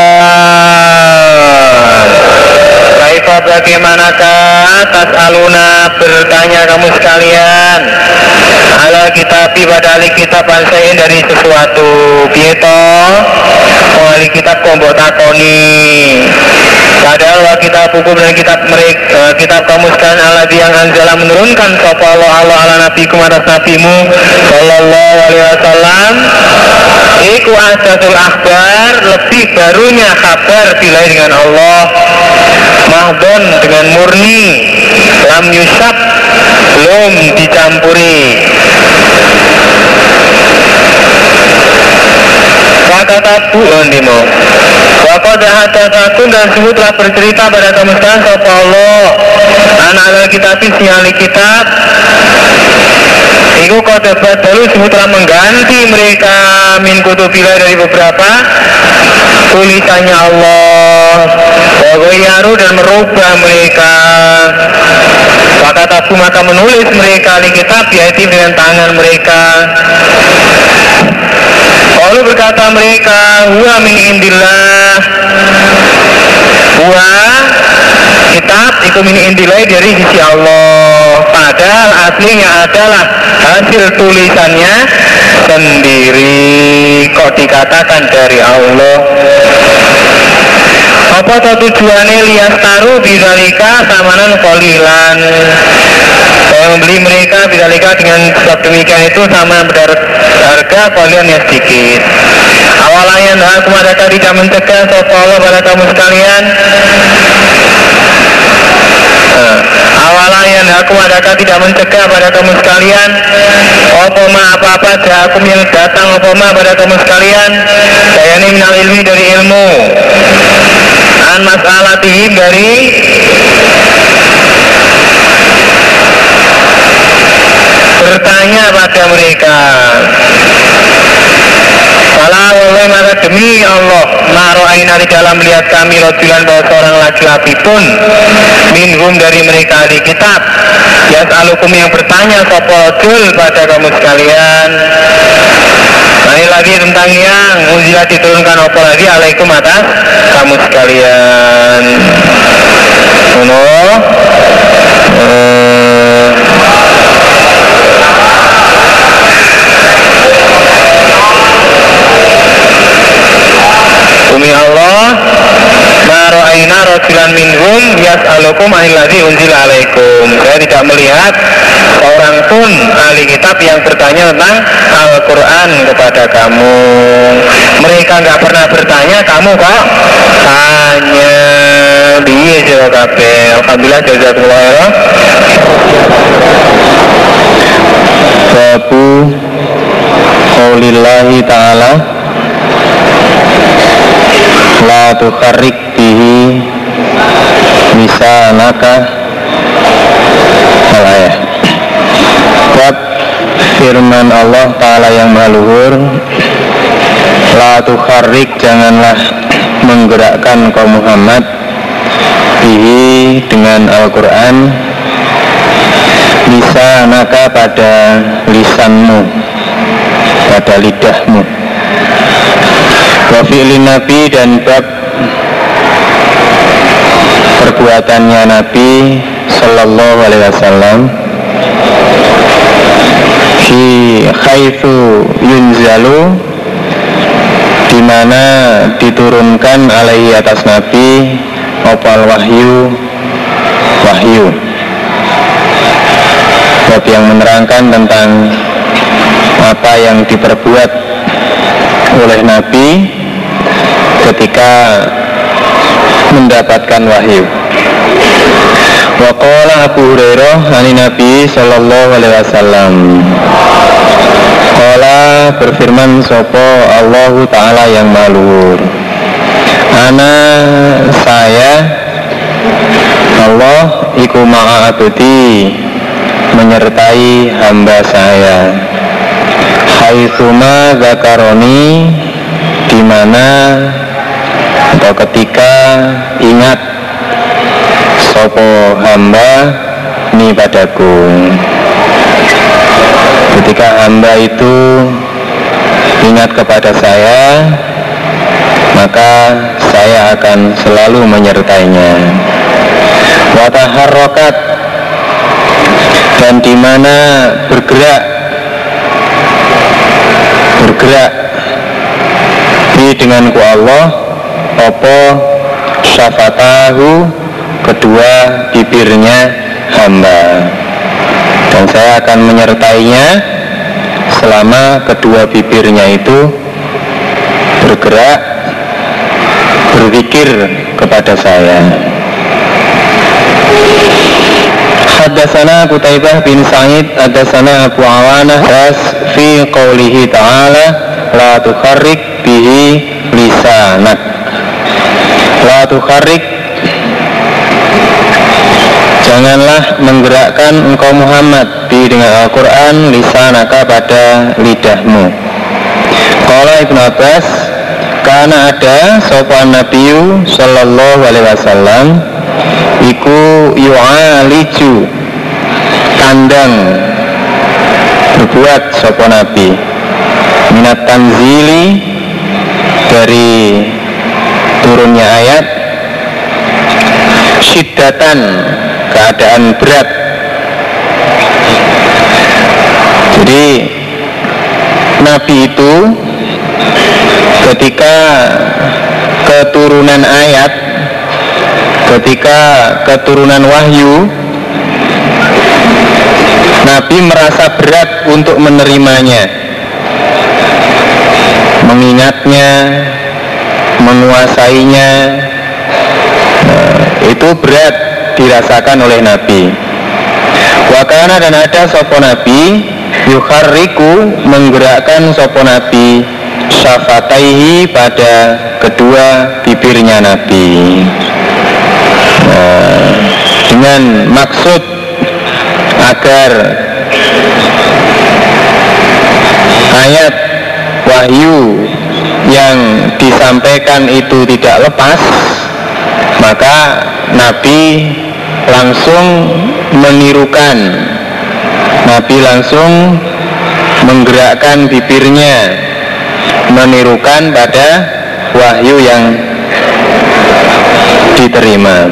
Islam, kaifa bagaimanakah atas aluna bertanya kamu sekalian ala kitabi pada ahli kitab ansain dari sesuatu bieto ahli kitab kombok takoni padahal kitab hukum dan kitab mereka kitab kamu sekalian alladzi yang anzala menurunkan sapa Allah ala nabikum atas nabimu sallallahu alaihi wasallam iku ahdatul akhbar lebih barunya kabar bilai dengan Allah mahdon dengan murni lam yusab belum dicampuri. Kata-kata bu'andimo Waqad hadatsakum dan sungguh telah bercerita pada kamu sekalian sapa Allah anak kitab siali kitab iku kodebat dulu sungguh telah mengganti mereka min kutubillah dari beberapa tulisannya Allah wagoyaru dan merubah mereka. Maka maka menulis mereka di kitab yaitu dengan tangan mereka. Lalu berkata mereka, huwa min indillah, huwa kitab itu min indillah dari sisi Allah. Padahal aslinya adalah hasil tulisannya sendiri. Kok dikatakan dari Allah? Apa tujuannya lias taruh bidzalika samanan qalilan. Saya membeli mereka bidzalika dengan sebab demikian itu sama harga qalilan yang sedikit. Awalnya aku adakah tidak mencegah sapa Allah pada kamu sekalian. Awalnya aku adakah tidak mencegah pada kamu sekalian. Apa-apa jahakum yang datang apa-apa pada kamu sekalian. Saya ini minal ilmi dari ilmu. An mas'alatihim dari bertanya pada mereka. Salah oleh maka demi Allah maro'aina di dalam melihat kami rojulan bahwa seorang laki-laki pun minhum dari mereka di kitab yas'alukum yang bertanya sopojul pada kamu sekalian. Ini lagi tentang yang unzila diturunkan apa lagi alaikum atas kamu sekalian. Demi Allah maro'aina rajulan minhum yas'alukum anilladzi unzila alaikum. Saya tidak melihat seorang pun ahli kitab yang bertanya tentang Al-Quran kepada kamu. Mereka nggak pernah bertanya, kamu kok tanya. Biye jawab kabeh. Alhamdulillah jazakumullah khairan. Babu qaulillahi ta'ala la tukharrik bihi misanaka al-ayah. Bab firman Allah Ta'ala yang maha luhur, la tukharrik janganlah menggerakkan kaum Muhammad bihi dengan Al-Quran lisanaka pada lisanmu, pada lidahmu. Wa fi'lin Nabi dan bab perbuatannya Nabi Sallallahu Alaihi Wasallam fi haitsu yunzalu, di mana diturunkan alaihi atas Nabi opal wahyu. Bab yang menerangkan tentang apa yang diperbuat oleh Nabi ketika mendapatkan wahyu. Wa qala Abu Hurairah ani Nabi sallallahu alaihi wasallam. Qala berfirman sapa Allahu taala yang maluhur. Ana saya Allah iku ma'a abdi menyertai hamba saya. Haitsuma zakaroni, di mana atau ketika ingat sopo hamba ni padaku. Ketika hamba itu ingat kepada saya, maka saya akan selalu menyertainya. Wa taharrakat, dan di mana bergerak denganku Allah apa syafatahu, kedua bibirnya hamba, dan saya akan menyertainya selama kedua bibirnya itu bergerak berzikir kepada saya. Haddatsana Qutaibah bin Sa'id, haddatsana Abu Awanah fi qoulihi ta'ala la tukharrik bihi lisanak. La tukharrik, janganlah menggerakkan engkau Muhammad bi dengan Al-Quran lisanaka pada lidahmu. Qala Ibnu Abbas, karena ada sopan Nabiyu sallallahu alaihi wasallam iku yu'aliju, kandang berbuat sopan Nabi minat tanzili, dari turunnya ayat, syiddatan, keadaan berat. Jadi Nabi itu ketika keturunan ayat, ketika keturunan wahyu, Nabi merasa berat untuk menerimanya, mengingatnya, menguasainya. Itu berat dirasakan oleh Nabi. Wakana, dan ada sopo Nabi yukharriku, menggerakkan sopo Nabi syafataihi, pada kedua bibirnya Nabi, dengan maksud agar ayat wahyu yang disampaikan itu tidak lepas, maka Nabi langsung menirukan, Nabi langsung menggerakkan bibirnya menirukan pada wahyu yang diterima.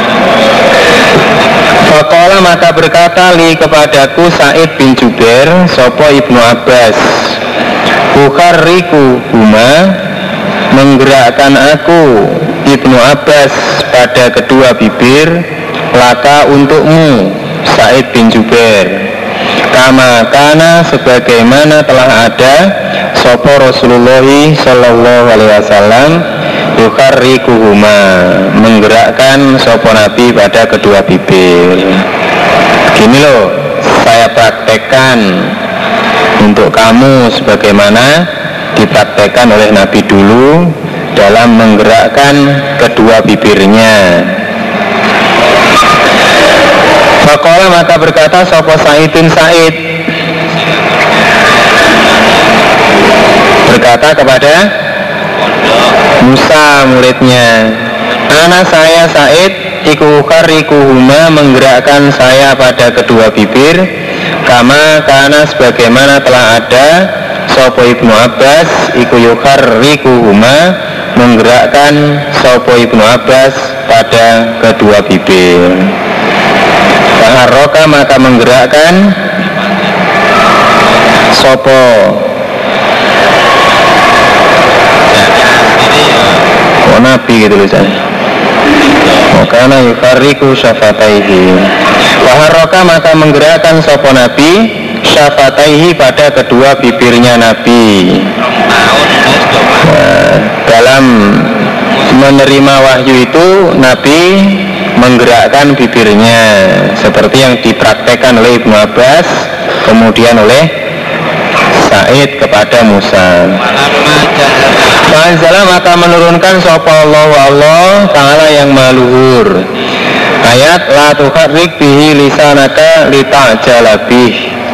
Faqala, maka berkata li kepadaku Sa'id bin Jubair sopo Ibnu Abbas, ukharriku huma, menggerakkan aku Ibnu Abbas pada kedua bibir, laka untukmu Sa'id bin Jubair, kama kana, sebagaimana telah ada sopo Rasulullah sallallahu alaihi wasallam yukharrikuhuma, menggerakkan sopo Nabi pada kedua bibir. Gini loh, saya praktekkan untuk kamu sebagaimana dipraktekkan oleh Nabi dulu dalam menggerakkan kedua bibirnya. Faqala, maka berkata sopo Sa'idun Sa'id, berkata kepada Musa muridnya, ana saya Sa'id iku karikuhuma, menggerakkan saya pada kedua bibir, kama kana, sebagaimana telah ada sopo Ibnu Abbas iku yukarrikuhuma, menggerakkan sopo Ibnu Abbas pada kedua bibir. Faharroka, maka menggerakkan sopo Nabi, gitu tulisannya. Wakana yufarriku syafataihi. Waharroka, maka menggerakkan sopo Nabi syafataihi pada kedua bibirnya Nabi. Dalam menerima wahyu itu Nabi menggerakkan bibirnya seperti yang dipraktekkan oleh Ibnu Abbas, kemudian oleh Sa'id kepada Musa. Fa'anzala maka menurunkan sapa Allah Ta'ala yang maluhur ayat la tuharrik bihi lisanaka lita'jala bih.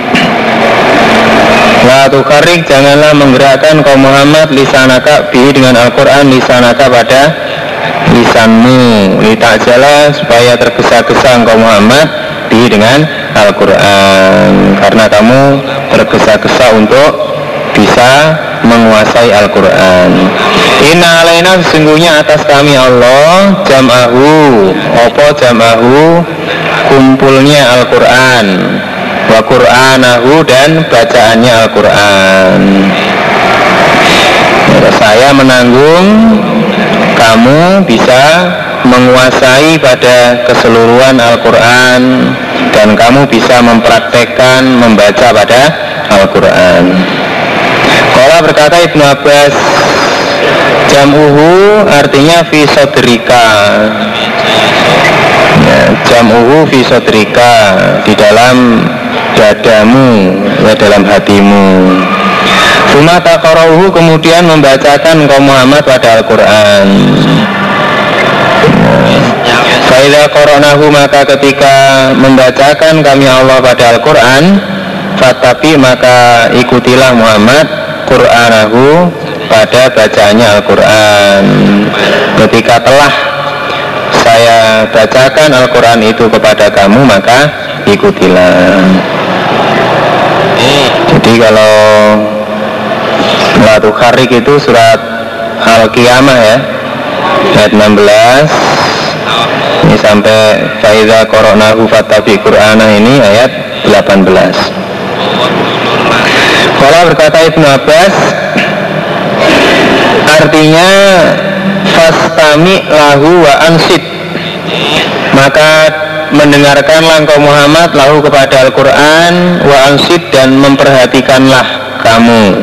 La tuharrik, janganlah menggerakkan kaum Muhammad lisanaka bihi dengan Al-Quran, lisanaka pada lisanmu, lita'jala supaya tergesa-gesa engkau Muhammad bihi dengan Al-Quran, karena kamu tergesa-gesa untuk bisa menguasai Al-Quran. Inna alaina, sesungguhnya atas kami Allah, jam'ahu, apa jam'ahu, kumpulnya Al-Quran, wa Qur'anahu, dan bacaannya Al-Quran. Saya menanggung, kamu bisa menguasai pada keseluruhan Al-Quran, dan kamu bisa mempraktekkan membaca pada Al-Quran. Qala berkata Ibnu Abbas, jam'uhu artinya fi sodrika, ya, jam'uhu fi sodrika, di dalam dadamu, ya, dalam hatimu. Suma taqra'uhu, kemudian membacakan kaum Muhammad pada Al-Quran. Fa'idha qara'nahu, maka ketika membacakan kami Allah pada Al-Quran, fatabi, maka ikutilah Muhammad Qur'anahu, pada bacaannya Al-Quran. Ketika telah saya bacakan Al-Quran itu kepada kamu, maka ikutilah. Jadi kalau La tukharrik itu surat Al-Qiyamah, ya, ayat 16 ini sampai faiza qara'nahu fattabi qur'ana, ini ayat 18. Kalau berkata Ibnu Abbas, artinya fastami lahu wa ansid, maka mendengarkanlah engkau Muhammad lahu kepada Al-Quran, wa ansid, dan memperhatikanlah kamu.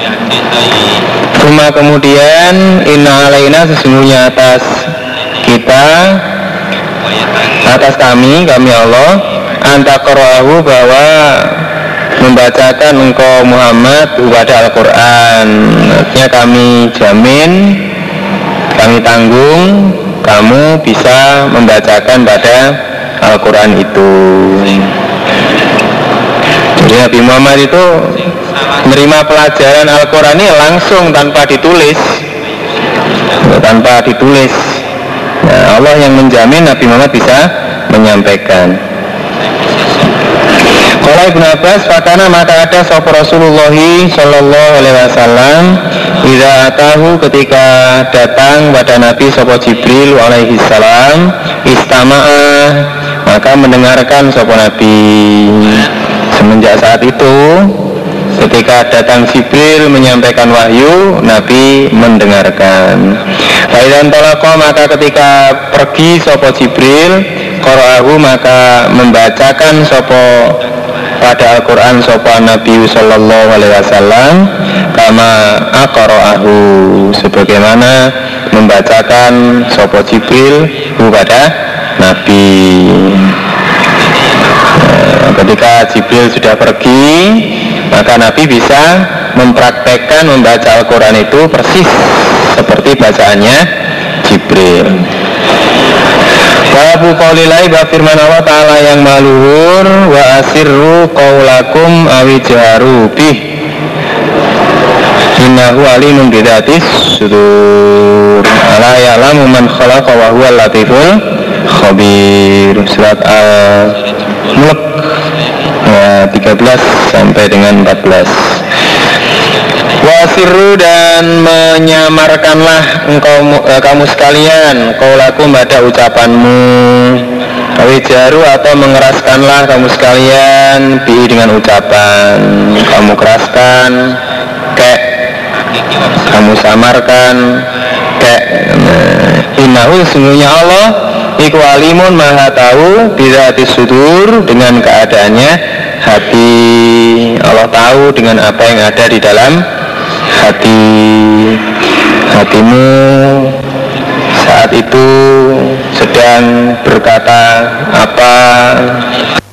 Cuma kemudian inna alaina, sesungguhnya atas kita, atas kami Allah, antaqra'ahu, bahwa membacakan engkau Muhammad kepada Al-Quran. Artinya kami jamin, kami tanggung, kamu bisa membacakan pada Al-Quran itu. Jadi Nabi Muhammad itu menerima pelajaran Al-Quran ini langsung, tanpa ditulis. Nah, Allah yang menjamin Nabi Muhammad bisa menyampaikan. Qala Ibnu Abbas, fakana, maka ada sapa Rasulullah sallallahu alaihi wasallam, idza atahu, ketika datang pada Nabi sapa Jibril alaihi salam, istama'a, maka mendengarkan sapa Nabi. Semenjak saat itu, ketika datang Jibril menyampaikan wahyu, Nabi mendengarkan. Faidan talaqa, maka ketika pergi sapa Jibril, qara'ahu, maka membacakan sapa pada Al-Quran sapa Nabi sallallahu alaihi wasallam, kama aqra'ahu, sebagaimana membacakan sapa Jibril kepada Nabi. Ketika Jibril sudah pergi, maka Nabi bisa mempraktekkan membaca Al-Quran itu persis seperti bacaannya Jibril. Wa qaulillahi, wa firman Allah Ta'ala yang maluhur, wa asirru qaulakum awijharu bih innahu alimun bidatis sudur ala ya'lamu man khalaqa wa huwal latiful khabir. Surat Al-Mulk 13 sampai dengan 14. Wasirru, dan menyamarkanlah kamu sekalian, qaulakum, pada ucapanmu, awijaru, atau mengeraskanlah kamu sekalian, bi, dengan ucapan, kamu keraskan, kayak kamu samarkan, kayak innahu, sesungguhnya Allah iku alimun, maha tahu, bidzati sudur, dengan keadaannya hati. Allah tahu dengan apa yang ada di dalam hatimu saat itu sedang berkata apa.